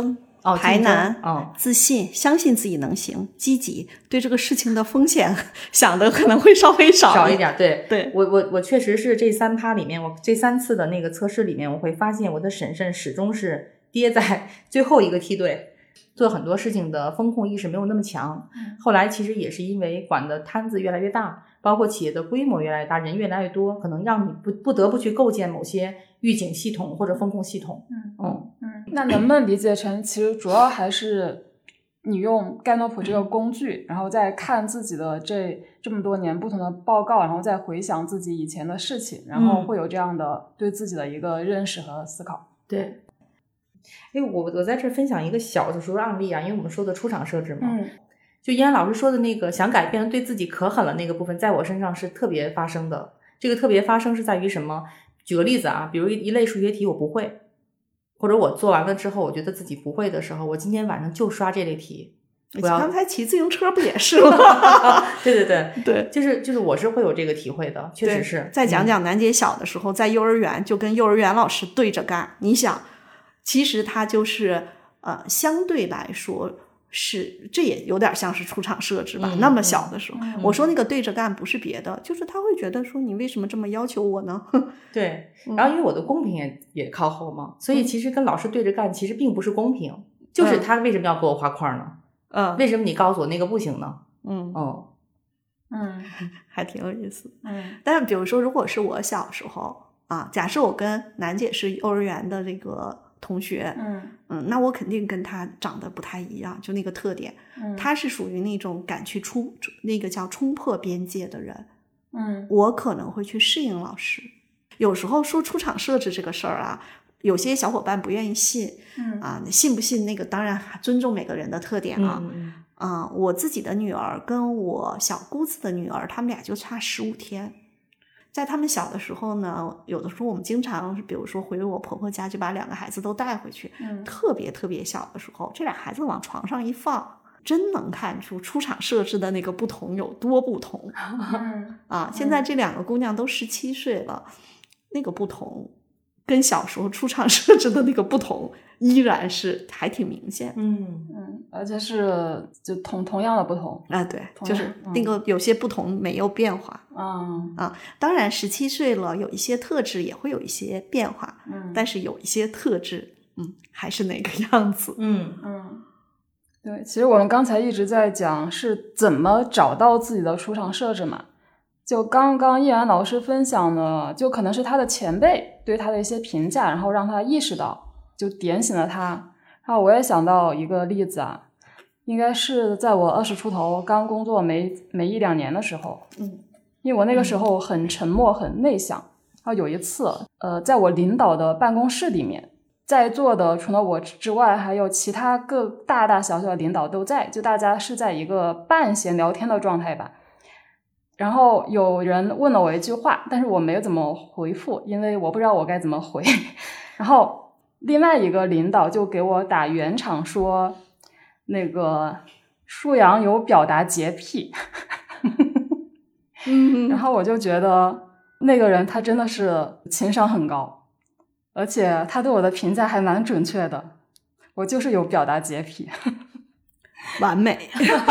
Speaker 2: 排难，
Speaker 1: 哦，
Speaker 2: 自信，相信自己能行，积极，对这个事情的风险想的可能会稍微少
Speaker 1: 一点。对
Speaker 2: 对，
Speaker 1: 我确实是这3趴里面，我这3次的那个测试里面，我会发现我的审慎始终是跌在最后一个梯队，做很多事情的风控意识没有那么强。后来其实也是因为管的摊子越来越大，包括企业的规模越来越大，人越来越多，可能让你不得不去构建某些预警系统或者风控系统。
Speaker 3: 那能不能理解成其实主要还是你用盖诺普这个工具，然后再看自己的这么多年不同的报告，然后再回想自己以前的事情，然后会有这样的对自己的一个认识和思考。
Speaker 1: 对，因为我在这分享一个小的时候案例啊，因为我们说的出厂设置嘛，就依然老师说的那个想改变对自己可狠了那个部分，在我身上是特别发生的。这个特别发生是在于什么？举个例子啊，比如一类数学题我不会，或者我做完了之后我觉得自己不会的时候，我今天晚上就刷这类题。
Speaker 2: 刚才骑自行车不也是吗？
Speaker 1: 对，就是我是会有这个体会的，确实是。
Speaker 2: 再讲讲楠姐小的时候在幼儿园就跟幼儿园老师对着干，你想其实他就是相对来说是，这也有点像是出厂设置吧。那么小的时候，我说那个对着干不是别的，就是他会觉得说你为什么这么要求我呢？
Speaker 1: 对，然后因为我的公平也靠后嘛，所以其实跟老师对着干其实并不是公平，就是他为什么要给我画框呢？为什么你告诉我那个不行呢？
Speaker 2: 还挺有意思。但是比如说如果是我小时候啊，假设我跟楠姐是幼儿园的这个同学，那我肯定跟他长得不太一样，就那个特点，他是属于那种敢去那个叫冲破边界的人，我可能会去适应老师。有时候说出厂设置这个事儿啊，有些小伙伴不愿意信，你信不信那个当然尊重每个人的特点啊，我自己的女儿跟我小姑子的女儿，他们俩就差15天。在他们小的时候呢，有的时候我们经常比如说回我婆婆家就把2个孩子都带回去，特别特别小的时候，这俩孩子往床上一放，真能看出出厂设置的那个不同有多不同现在这2个姑娘都17岁了，那个不同跟小时候出厂设置的那个不同依然是还挺明显。
Speaker 3: 而且是就同样的不同
Speaker 2: 对，就是那个有些不同没有变化当然17岁了有一些特质也会有一些变化，但是有一些特质还是那个样子。
Speaker 3: 对，其实我们刚才一直在讲是怎么找到自己的出厂设置嘛，就刚刚易然老师分享的，就可能是他的前辈对他的一些评价，然后让他意识到，就点醒了他。然后我也想到一个例子啊，应该是在我20出头刚工作没1-2年的时候，因为我那个时候很沉默很内向。然后有一次在我领导的办公室里面，在座的除了我之外还有其他各大大小小的领导都在，就大家是在一个半闲聊天的状态吧。然后有人问了我一句话，但是我没有怎么回复，因为我不知道我该怎么回。然后另外一个领导就给我打圆场说那个舒阳有表达洁癖然后我就觉得那个人他真的是情商很高，而且他对我的评价还蛮准确的，我就是有表达洁癖
Speaker 2: 完美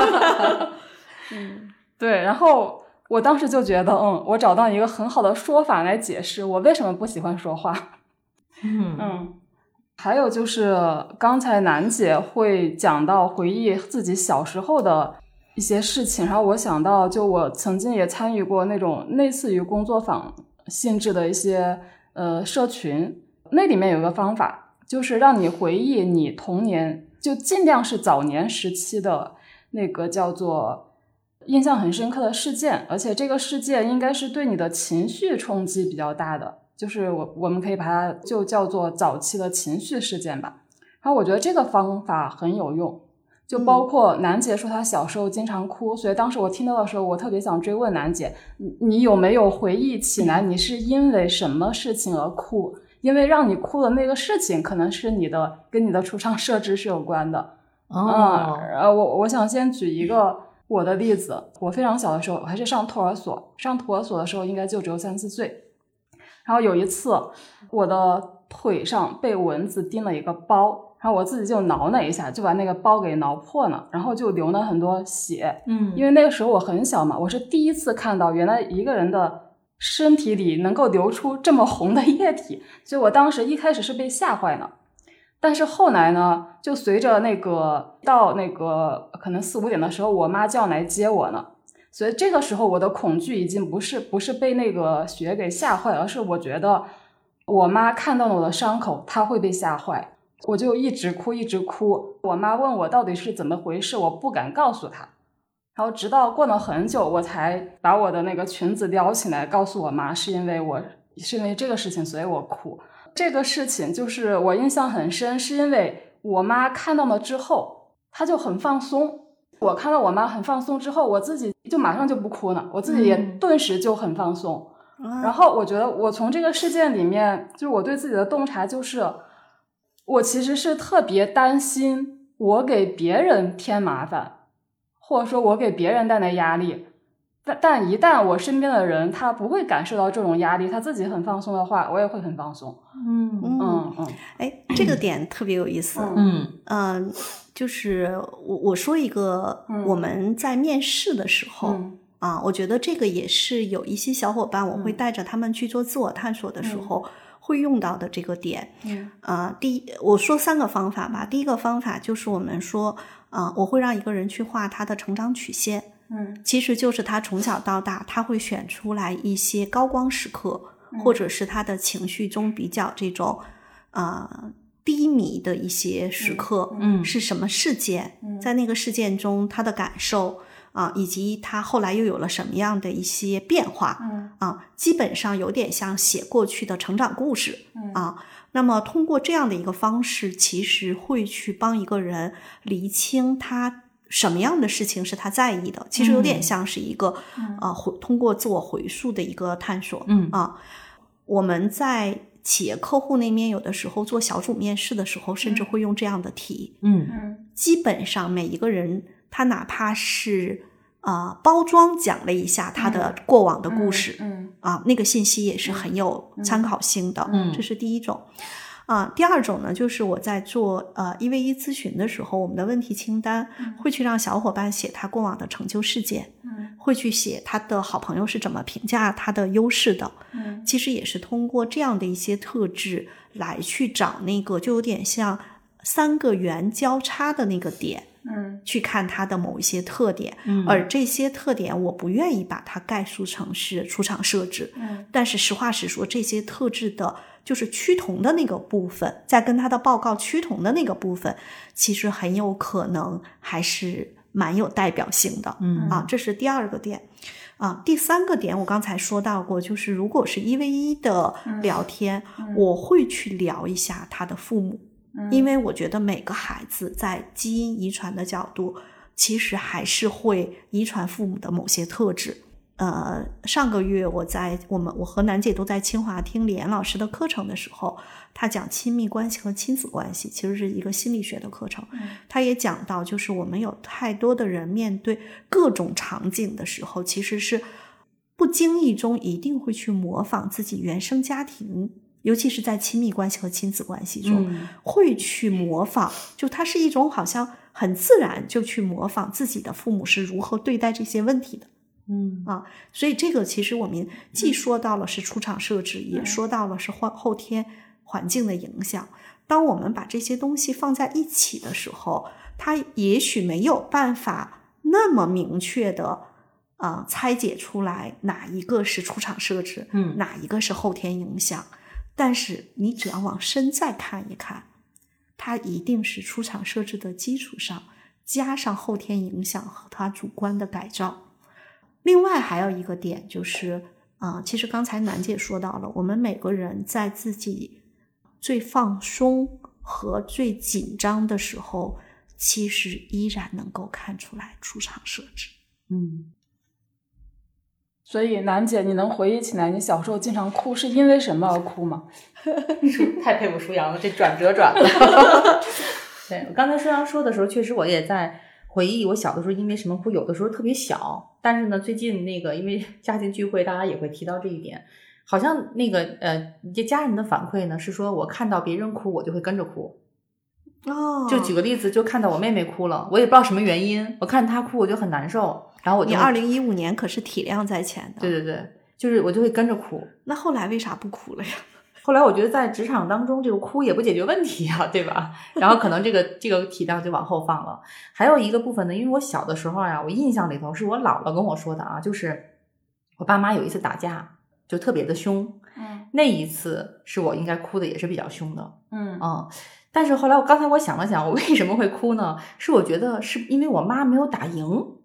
Speaker 3: 对，然后我当时就觉得我找到一个很好的说法来解释我为什么不喜欢说话。还有就是刚才楠姐会讲到回忆自己小时候的一些事情，然后我想到就我曾经也参与过那种类似于工作坊性质的一些社群，那里面有一个方法，就是让你回忆你童年，就尽量是早年时期的那个叫做印象很深刻的事件，而且这个事件应该是对你的情绪冲击比较大的，就是我们可以把它就叫做早期的情绪事件吧。然后我觉得这个方法很有用，就包括楠姐说她小时候经常哭，所以当时我听到的时候我特别想追问楠姐，你有没有回忆起来你是因为什么事情而哭，因为让你哭的那个事情可能是跟你的出厂设置是有关的。我想先举一个我的例子，我非常小的时候我还是上托儿所的时候应该就只有3-4岁，然后有一次我的腿上被蚊子叮了一个包，然后我自己就挠了一下，就把那个包给挠破了，然后就流了很多血。因为那个时候我很小嘛，我是第一次看到原来一个人的身体里能够流出这么红的液体，所以我当时一开始是被吓坏了。但是后来呢，就随着到可能4、5点的时候，我妈就要来接我了，所以这个时候我的恐惧已经不是被那个血给吓坏，而是我觉得我妈看到了我的伤口，她会被吓坏，我就一直哭。我妈问我到底是怎么回事，我不敢告诉她，然后直到过了很久，我才把我的那个裙子撩起来告诉我妈，是因为这个事情，所以我哭。这个事情就是我印象很深，是因为我妈看到了之后，她就很放松。我看到我妈很放松之后，我自己就马上就不哭了，我自己也顿时就很放松。然后我觉得我从这个事件里面，就是我对自己的洞察就是，我其实是特别担心我给别人添麻烦，或者说我给别人带来压力。但一旦我身边的人他不会感受到这种压力，他自己很放松的话，我也会很放松。
Speaker 2: 这个点特别有意思。就是我说一个，我们在面试的时候我觉得这个也是有一些小伙伴，我会带着他们去做自我探索的时候会用到的这个点。第一，我说3个方法吧。第一个方法就是我们说我会让一个人去画他的成长曲线。其实就是他从小到大，他会选出来一些高光时刻，或者是他的情绪中比较这种低迷的一些时刻，是什么事件，在那个事件中他的感受以及他后来又有了什么样的一些变化基本上有点像写过去的成长故事那么通过这样的一个方式，其实会去帮一个人厘清他什么样的事情是他在意的，其实有点像是一个通过自我回溯的一个探索。我们在企业客户那边有的时候做小组面试的时候，甚至会用这样的题。基本上每一个人他哪怕是包装讲了一下他的过往的故事那个信息也是很有参考性的。这是第一种。第二种呢，就是我在做1v1咨询的时候，我们的问题清单会去让小伙伴写他过往的成就事件，会去写他的好朋友是怎么评价他的优势的。其实也是通过这样的一些特质来去找那个就有点像3个圆交叉的那个点，去看他的某一些特点。而这些特点我不愿意把它概述成是出厂设置，但是实话实说，这些特质的就是趋同的那个部分，在跟他的报告趋同的那个部分，其实很有可能还是蛮有代表性的。这是第2个点。第3个点我刚才说到过，就是如果是1v1的聊天，我会去聊一下他的父母。因为我觉得每个孩子在基因遗传的角度，其实还是会遗传父母的某些特质。上个月我和楠姐都在清华听李岩老师的课程的时候，他讲亲密关系和亲子关系，其实是一个心理学的课程。他也讲到，就是我们有太多的人面对各种场景的时候，其实是不经意中一定会去模仿自己原生家庭，尤其是在亲密关系和亲子关系中，会去模仿，就它是一种好像很自然就去模仿自己的父母是如何对待这些问题的。所以这个其实我们既说到了是出厂设置，也说到了是后天环境的影响。当我们把这些东西放在一起的时候，它也许没有办法那么明确的拆解出来哪一个是出厂设置，哪一个是后天影响。但是你只要往深再看一看，它一定是出厂设置的基础上加上后天影响和它主观的改造。另外还有一个点就是其实刚才楠姐说到了，我们每个人在自己最放松和最紧张的时候，其实依然能够看出来出厂设置。
Speaker 3: 所以楠姐，你能回忆起来你小时候经常哭是因为什么而哭吗？
Speaker 1: 太佩服舒阳了，这转折转了。对，我刚才舒阳说的时候，确实我也在回忆我小的时候因为什么哭，有的时候特别小，但是呢最近因为家庭聚会大家也会提到这一点， 好像那个家人的反馈呢是说我看到别人哭我就会跟着哭。就举个例子，就看到我妹妹哭了，我也不知道什么原因，我看她哭我就很难受，然后我就
Speaker 2: 你2015年可是体谅在前的。
Speaker 1: 对对对，就是我就会跟着哭。
Speaker 2: 那后来为啥不哭了呀？
Speaker 1: 后来我觉得在职场当中这个哭也不解决问题啊，对吧？然后可能这个体量就往后放了。还有一个部分呢，因为我小的时候啊，我印象里头是我姥姥跟我说的啊，就是我爸妈有一次打架就特别的凶，那一次是我应该哭的也是比较凶的，但是后来刚才我想了想，我为什么会哭呢？是我觉得是因为我妈没有打赢。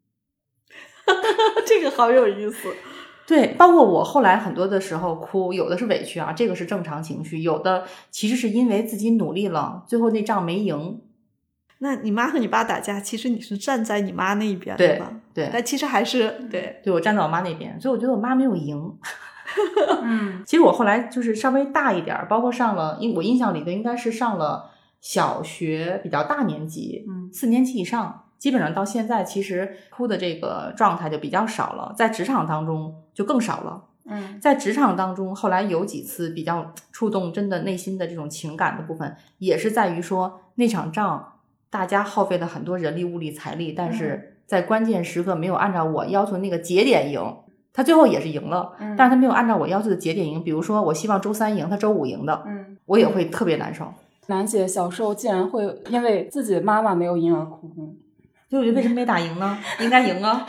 Speaker 2: 这个好有意思。
Speaker 1: 对，包括我后来很多的时候哭，有的是委屈啊，这个是正常情绪，有的其实是因为自己努力了，最后那仗没赢。
Speaker 2: 那你妈和你爸打架，其实你是站在你妈那一边的吧？
Speaker 1: 对，
Speaker 2: 但其实还是对
Speaker 1: 我站在我妈那边，所以我觉得我妈没有赢。其实我后来就是稍微大一点，包括上了，我印象里的应该是上了小学比较大年级，4年级以上，基本上到现在其实哭的这个状态就比较少了，在职场当中就更少了。在职场当中后来有几次比较触动真的内心的这种情感的部分，也是在于说那场仗大家耗费了很多人力物力财力，但是在关键时刻没有按照我要求那个节点赢，他最后也是赢了，但是他没有按照我要求的节点赢，比如说我希望周3赢，他周5赢的，我也会特别难受。
Speaker 3: 楠姐小时候竟然会因为自己妈妈没有赢而哭，
Speaker 1: 所以我觉得为什么没打赢呢？应该赢啊。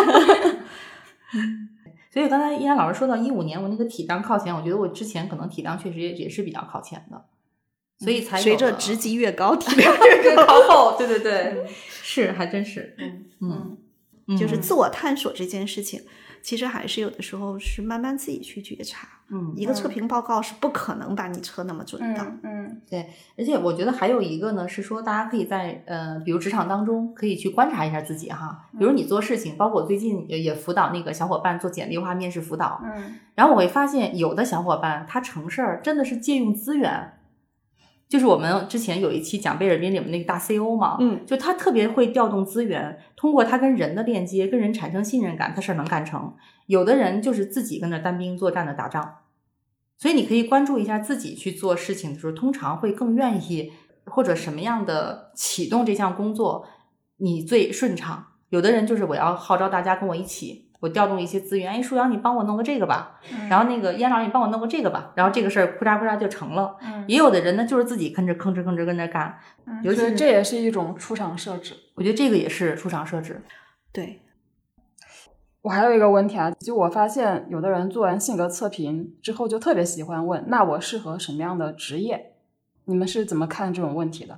Speaker 1: 所以刚才依然老师说到15年我那个体量靠前，我觉得我之前可能体量确实也是比较靠前的，所以才
Speaker 2: 随着职级越高体量越
Speaker 1: 靠后。对对对，是还真是。
Speaker 2: 就是自我探索这件事情其实还是有的时候是慢慢自己去觉察。一个测评报告是不可能把你测那么准的。
Speaker 1: 对，而且我觉得还有一个呢，是说大家可以在比如职场当中可以去观察一下自己哈，比如你做事情，包括我最近也辅导那个小伙伴做简历化面试辅导，然后我会发现有的小伙伴他成事儿真的是借用资源。就是我们之前有一期讲贝尔宾里面那个大 CEO 嘛，就他特别会调动资源，通过他跟人的链接，跟人产生信任感，他事儿能干成。有的人就是自己跟那单兵作战的打仗，所以你可以关注一下自己去做事情的时候，通常会更愿意或者什么样的启动这项工作你最顺畅。有的人就是我要号召大家跟我一起，我调动一些资源，哎，舒阳你帮我弄个这个吧，然后那个燕老师你帮我弄个这个吧，然后这个事儿哭嚓哭嚓就成了。也有的人呢就是自己吭哧跟着干，尤其是
Speaker 3: 这也是一种出场设置。
Speaker 1: 我觉得这个也是出场设置。
Speaker 2: 对，
Speaker 3: 我还有一个问题啊，就我发现有的人做完性格测评之后就特别喜欢问，那我适合什么样的职业？你们是怎么看这种问题的？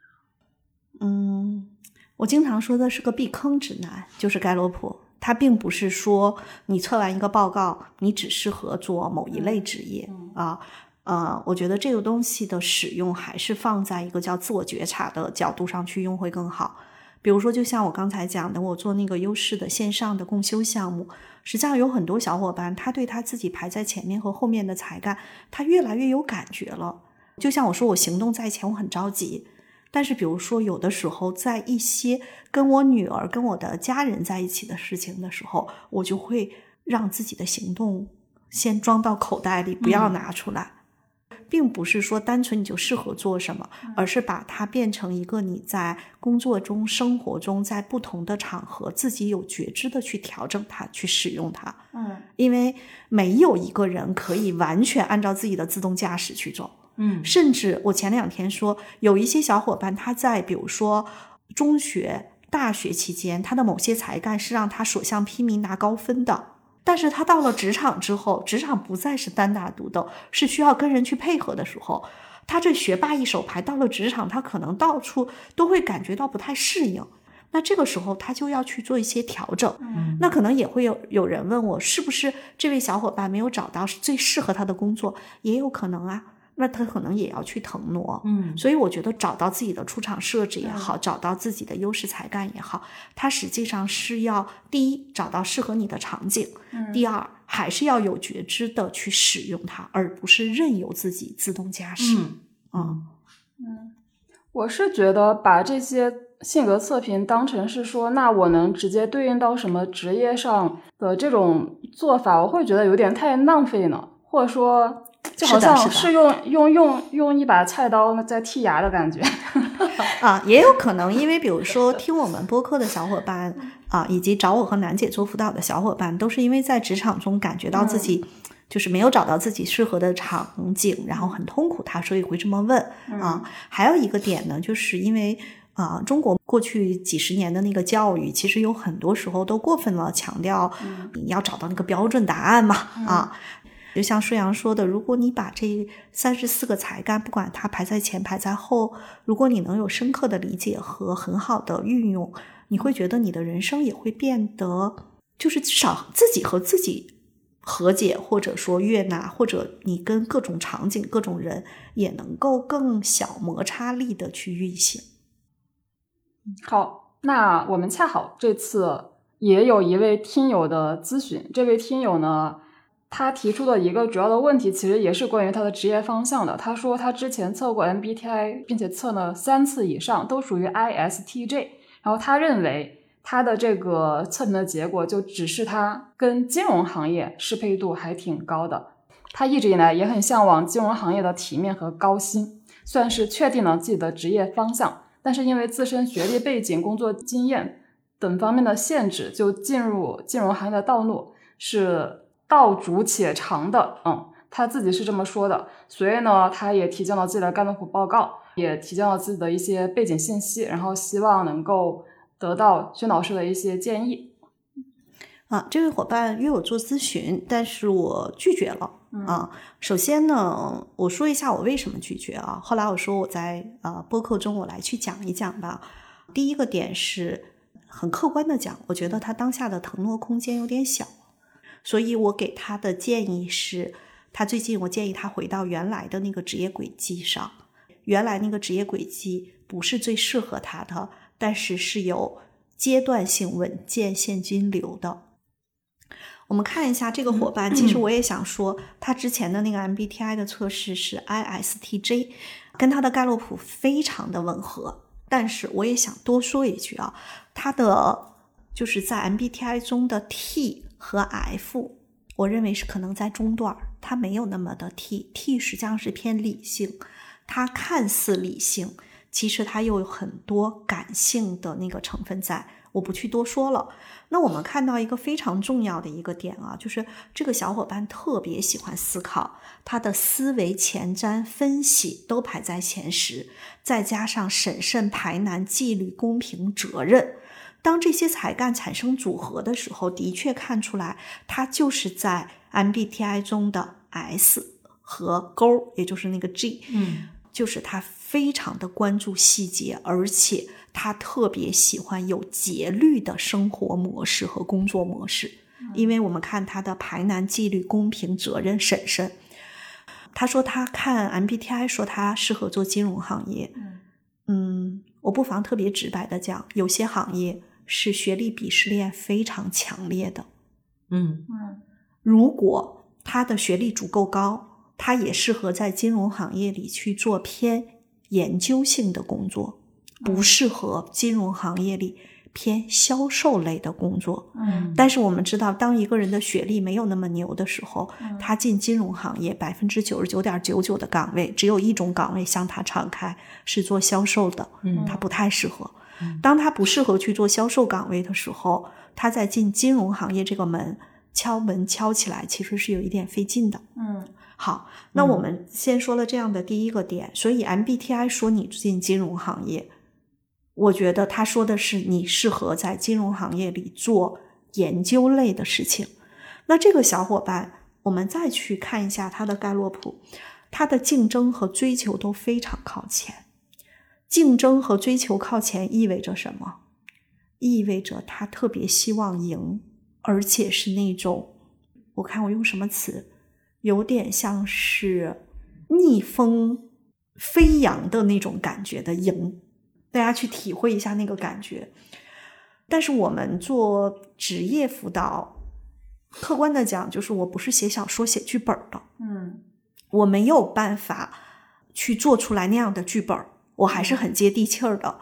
Speaker 2: 我经常说的是个避坑指南，就是盖洛普。它并不是说你测完一个报告你只适合做某一类职业我觉得这个东西的使用还是放在一个叫自我觉察的角度上去用会更好。比如说就像我刚才讲的，我做那个优势的线上的共修项目，实际上有很多小伙伴他对他自己排在前面和后面的才干他越来越有感觉了。就像我说我行动在前，我很着急，但是比如说有的时候在一些跟我女儿跟我的家人在一起的事情的时候，我就会让自己的行动先装到口袋里，不要拿出来。并不是说单纯你就适合做什么，而是把它变成一个你在工作中生活中在不同的场合自己有觉知的去调整它，去使用它。因为没有一个人可以完全按照自己的自动驾驶去走。甚至我前2天说有一些小伙伴他在比如说中学大学期间他的某些才干是让他所向披靡拿高分的，但是他到了职场之后，职场不再是单打独斗，是需要跟人去配合的时候，他这学霸一手牌到了职场他可能到处都会感觉到不太适应，那这个时候他就要去做一些调整。那可能也会有人问我是不是这位小伙伴没有找到最适合他的工作，也有可能啊，那他可能也要去腾挪。所以我觉得找到自己的出场设置也好，找到自己的优势才干也好，它实际上是要第一找到适合你的场景，第二还是要有觉知的去使用它，而不是任由自己自动驾驶。
Speaker 3: 我是觉得把这些性格测评当成是说，那我能直接对应到什么职业上的这种做法，我会觉得有点太浪费呢，或者说就好像是用一把菜刀在剔牙的感觉。
Speaker 2: 也有可能，因为比如说听我们播客的小伙伴以及找我和楠姐做辅导的小伙伴，都是因为在职场中感觉到自己就是没有找到自己适合的场景，然后很痛苦所以会这么问还有一个点呢，就是因为中国过去几十年的那个教育，其实有很多时候都过分了强调你要找到那个标准答案嘛就像舒阳说的，如果你把这34个才干，不管它排在前排在后，如果你能有深刻的理解和很好的运用，你会觉得你的人生也会变得就是至少自己和自己和解，或者说悦纳，或者你跟各种场景各种人也能够更小摩擦力的去运行。
Speaker 3: 好，那我们恰好这次也有一位听友的咨询，这位听友呢，他提出的一个主要的问题其实也是关于他的职业方向的。他说他之前测过 MBTI 并且测了3次以上，都属于 ISTJ， 然后他认为他的这个测评的结果就只是他跟金融行业适配度还挺高的，他一直以来也很向往金融行业的体面和高薪，算是确定了自己的职业方向，但是因为自身学历背景、工作经验等方面的限制，就进入金融行业的道路是道阻且长的，他自己是这么说的。所以呢，他也提交了自己的盖洛普报告，也提交了自己的一些背景信息，然后希望能够得到薛老师的一些建议。
Speaker 2: 这位伙伴约我做咨询，但是我拒绝了首先呢，我说一下我为什么拒绝后来我说我在播客中我来去讲一讲吧。第一个点是很客观的讲，我觉得他当下的腾挪空间有点小，所以我给他的建议是，他最近我建议他回到原来的那个职业轨迹上，原来那个职业轨迹不是最适合他的，但是是有阶段性稳健现金流的。我们看一下这个伙伴，其实我也想说他之前的那个 MBTI 的测试是 ISTJ， 跟他的盖洛普非常的吻合，但是我也想多说一句他的就是在 MBTI 中的 T 和 F， 我认为是可能在中段，他没有那么的 T 实际上是偏理性，他看似理性，其实他又有很多感性的那个成分在，我不去多说了。那我们看到一个非常重要的一个点就是这个小伙伴特别喜欢思考，他的思维、前瞻、分析都排在前10，再加上审慎、排难、纪律、公平、责任。当这些才干产生组合的时候，的确看出来他就是在 MBTI 中的 S 和勾，也就是那个 G，就是他非常的关注细节，而且他特别喜欢有节律的生活模式和工作模式，因为我们看他的排难、纪律、公平、责任、审慎。他说他看 MBTI 说他适合做金融行业，我不妨特别直白的讲，有些行业是学历鄙视链非常强烈的，如果他的学历足够高，他也适合在金融行业里去做偏研究性的工作，不适合金融行业里偏销售类的工作。但是我们知道，当一个人的学历没有那么牛的时候，他进金融行业 99.99% 的岗位，只有一种岗位向他敞开，是做销售的，他不太适合。当他不适合去做销售岗位的时候，他在进金融行业这个门敲起来其实是有一点费劲的。好，那我们先说了这样的第一个点，所以 MBTI 说你进金融行业，我觉得他说的是你适合在金融行业里做研究类的事情。那这个小伙伴，我们再去看一下他的盖洛普，他的竞争和追求都非常靠前。竞争和追求靠前意味着什么？意味着他特别希望赢，而且是那种，我看我用什么词，有点像是逆风飞扬的那种感觉的赢，大家去体会一下那个感觉。但是我们做职业辅导，客观的讲，就是我不是写小说写剧本的，我没有办法去做出来那样的剧本，我还是很接地气儿的。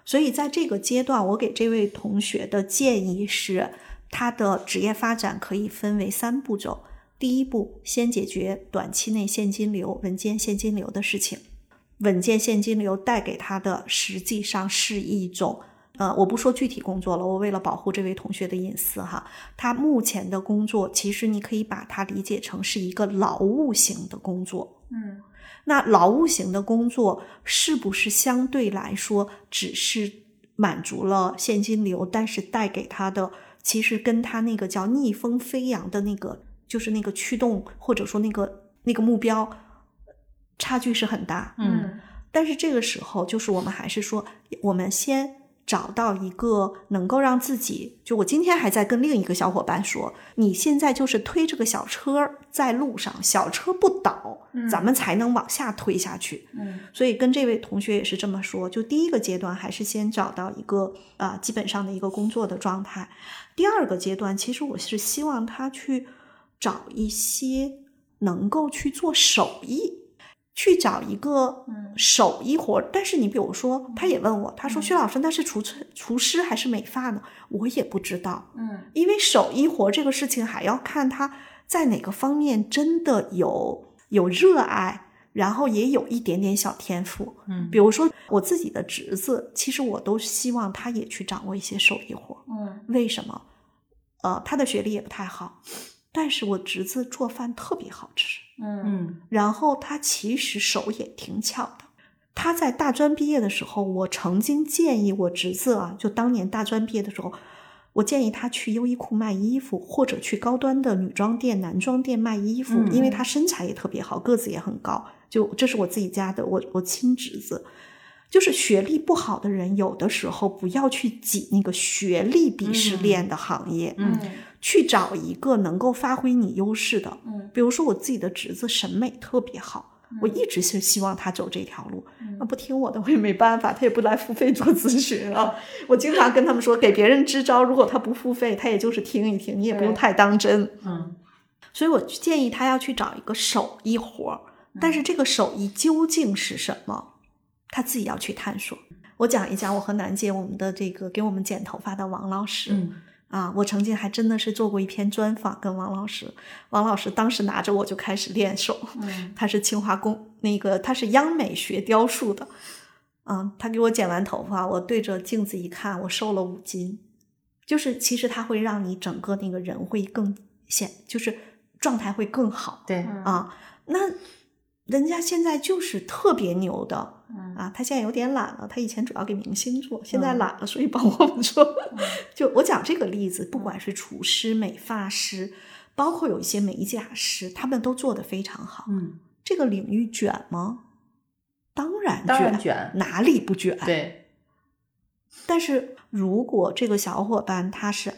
Speaker 2: 所以在这个阶段，我给这位同学的建议是，他的职业发展可以分为3步骤。第一步，先解决短期内现金流、稳健现金流的事情。稳健现金流带给他的实际上是一种我不说具体工作了，我为了保护这位同学的隐私哈，他目前的工作其实你可以把它理解成是一个劳务型的工作。那劳务型的工作是不是相对来说只是满足了现金流，但是带给他的其实跟他那个叫逆风飞扬的那个就是那个驱动或者说那个目标差距是很大。但是这个时候就是我们还是说，我们先找到一个能够让自己，就我今天还在跟另一个小伙伴说，你现在就是推这个小车在路上，小车不倒，咱们才能往下推下去。所以跟这位同学也是这么说，就第一个阶段还是先找到一个基本上的一个工作的状态。第二个阶段其实我是希望他去找一些能够去做手艺，去找一个手艺活。但是你比如说他也问我，他说薛老师那是厨师还是美发呢？我也不知道。因为手艺活这个事情还要看他在哪个方面真的有热爱，然后也有一点点小天赋。比如说我自己的侄子，其实我都希望他也去掌握一些手艺活。为什么？他的学历也不太好，但是我侄子做饭特别好吃。然后他其实手也挺巧的。他在大专毕业的时候，我曾经建议我侄子就当年大专毕业的时候，我建议他去优衣库卖衣服，或者去高端的女装店、男装店卖衣服。因为他身材也特别好，个子也很高。就这是我自己家的我亲侄子。就是学历不好的人，有的时候不要去挤那个学历鄙视链的行业。去找一个能够发挥你优势的。比如说我自己的侄子审美特别好，我一直是希望他走这条路。不听我的我也没办法，他也不来付费做咨询啊。我经常跟他们说，给别人支招，如果他不付费，他也就是听一听，你也不用太当真。所以我建议他要去找一个手艺活，但是这个手艺究竟是什么，他自己要去探索。我讲一讲我和楠姐我们的这个给我们剪头发的王老师。我曾经还真的是做过一篇专访跟王老师。王老师当时拿着我就开始练手。他是清华他是央美学雕塑的。他给我剪完头发，我对着镜子一看，我瘦了5斤。就是其实它会让你整个那个人会更就是状态会更好。
Speaker 1: 对
Speaker 2: 那人家现在就是特别牛的。他现在有点懒了，他以前主要给明星做，现在懒了，所以帮我们做。就我讲这个例子，不管是厨师、美发师，包括有一些美甲师，他们都做得非常好。这个领域卷吗？当然卷，哪里不卷？
Speaker 1: 对。
Speaker 2: 但是如果这个小伙伴他是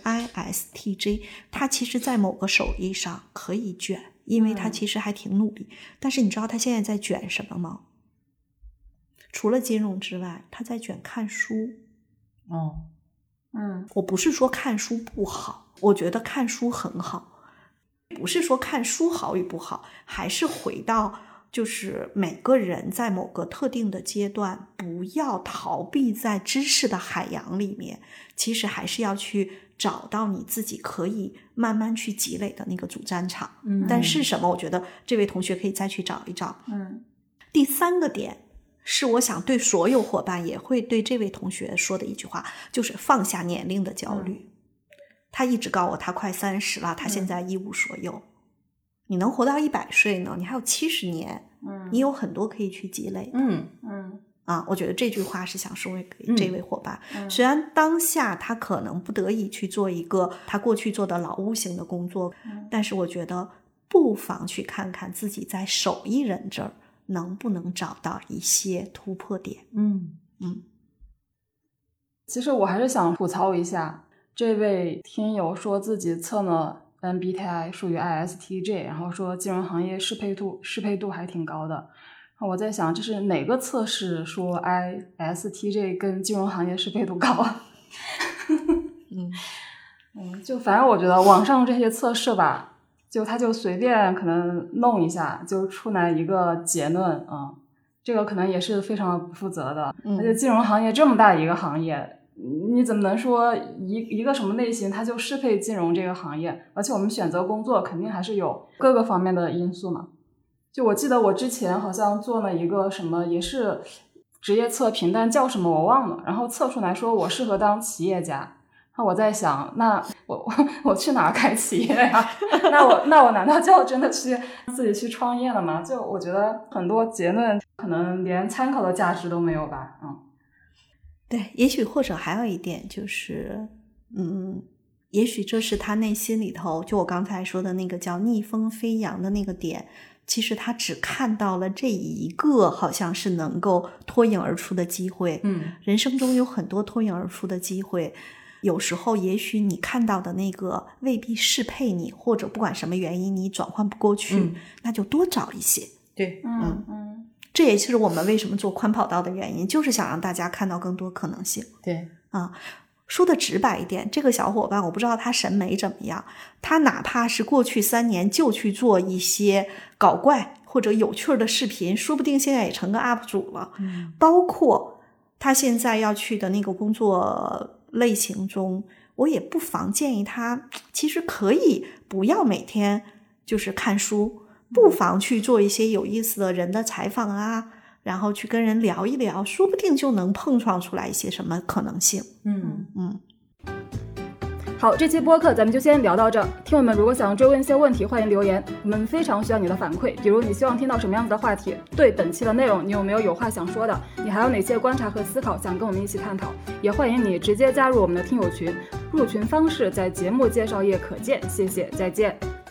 Speaker 2: ISTJ， 他其实在某个手艺上可以卷，因为他其实还挺努力。但是你知道他现在在卷什么吗？除了金融之外，他在卷看书。我不是说看书不好，我觉得看书很好。不是说看书好与不好，还是回到就是每个人在某个特定的阶段，不要逃避在知识的海洋里面，其实还是要去找到你自己可以慢慢去积累的那个主战场。但是什么，我觉得这位同学可以再去找一找。第3个点是我想对所有伙伴也会对这位同学说的一句话，就是放下年龄的焦虑。他一直告诉我他快30了，他现在一无所有。你能活到100岁呢，你还有70年，你有很多可以去积累的。我觉得这句话是想说给这位伙伴。虽然当下他可能不得已去做一个他过去做的劳务型的工作，但是我觉得不妨去看看自己在手艺人这儿能不能找到一些突破点。
Speaker 3: 其实我还是想吐槽一下，这位听友说自己测了 MBTI 属于 ISTJ， 然后说金融行业适配度还挺高的。我在想，这是哪个测试说 ISTJ 跟金融行业适配度高？就反正我觉得网上这些测试吧，他就随便可能弄一下，就出来一个结论这个可能也是非常不负责的。而且金融行业这么大一个行业，你怎么能说一个什么类型它就适配金融这个行业？而且我们选择工作肯定还是有各个方面的因素嘛。就我记得我之前好像做了一个什么也是职业测评，但叫什么我忘了，然后测出来说我适合当企业家。那我在想，那我去哪儿开企业呀？那我难道就要真的去自己去创业了吗？就我觉得很多结论可能连参考的价值都没有吧。
Speaker 2: 对，也许或者还有一点就是，也许这是他内心里头，就我刚才说的那个叫逆风飞扬的那个点，其实他只看到了这一个好像是能够脱颖而出的机会。人生中有很多脱颖而出的机会。有时候也许你看到的那个未必适配你，或者不管什么原因你转换不过去，那就多找一些。
Speaker 1: 对，
Speaker 2: 这也是我们为什么做宽跑道的原因，就是想让大家看到更多可能性。
Speaker 1: 对
Speaker 2: 说的直白一点，这个小伙伴我不知道他审美怎么样，他哪怕是过去3年就去做一些搞怪或者有趣的视频，说不定现在也成个 UP 主了。包括他现在要去的那个工作类型中，我也不妨建议他其实可以不要每天就是看书，不妨去做一些有意思的人的采访啊，然后去跟人聊一聊，说不定就能碰撞出来一些什么可能性。
Speaker 3: 好，这期播客咱们就先聊到这。听友们如果想追问一些问题，欢迎留言，我们非常需要你的反馈。比如你希望听到什么样子的话题，对本期的内容你有没有话想说的，你还有哪些观察和思考想跟我们一起探讨，也欢迎你直接加入我们的听友群，入群方式在节目介绍页可见。谢谢，再见。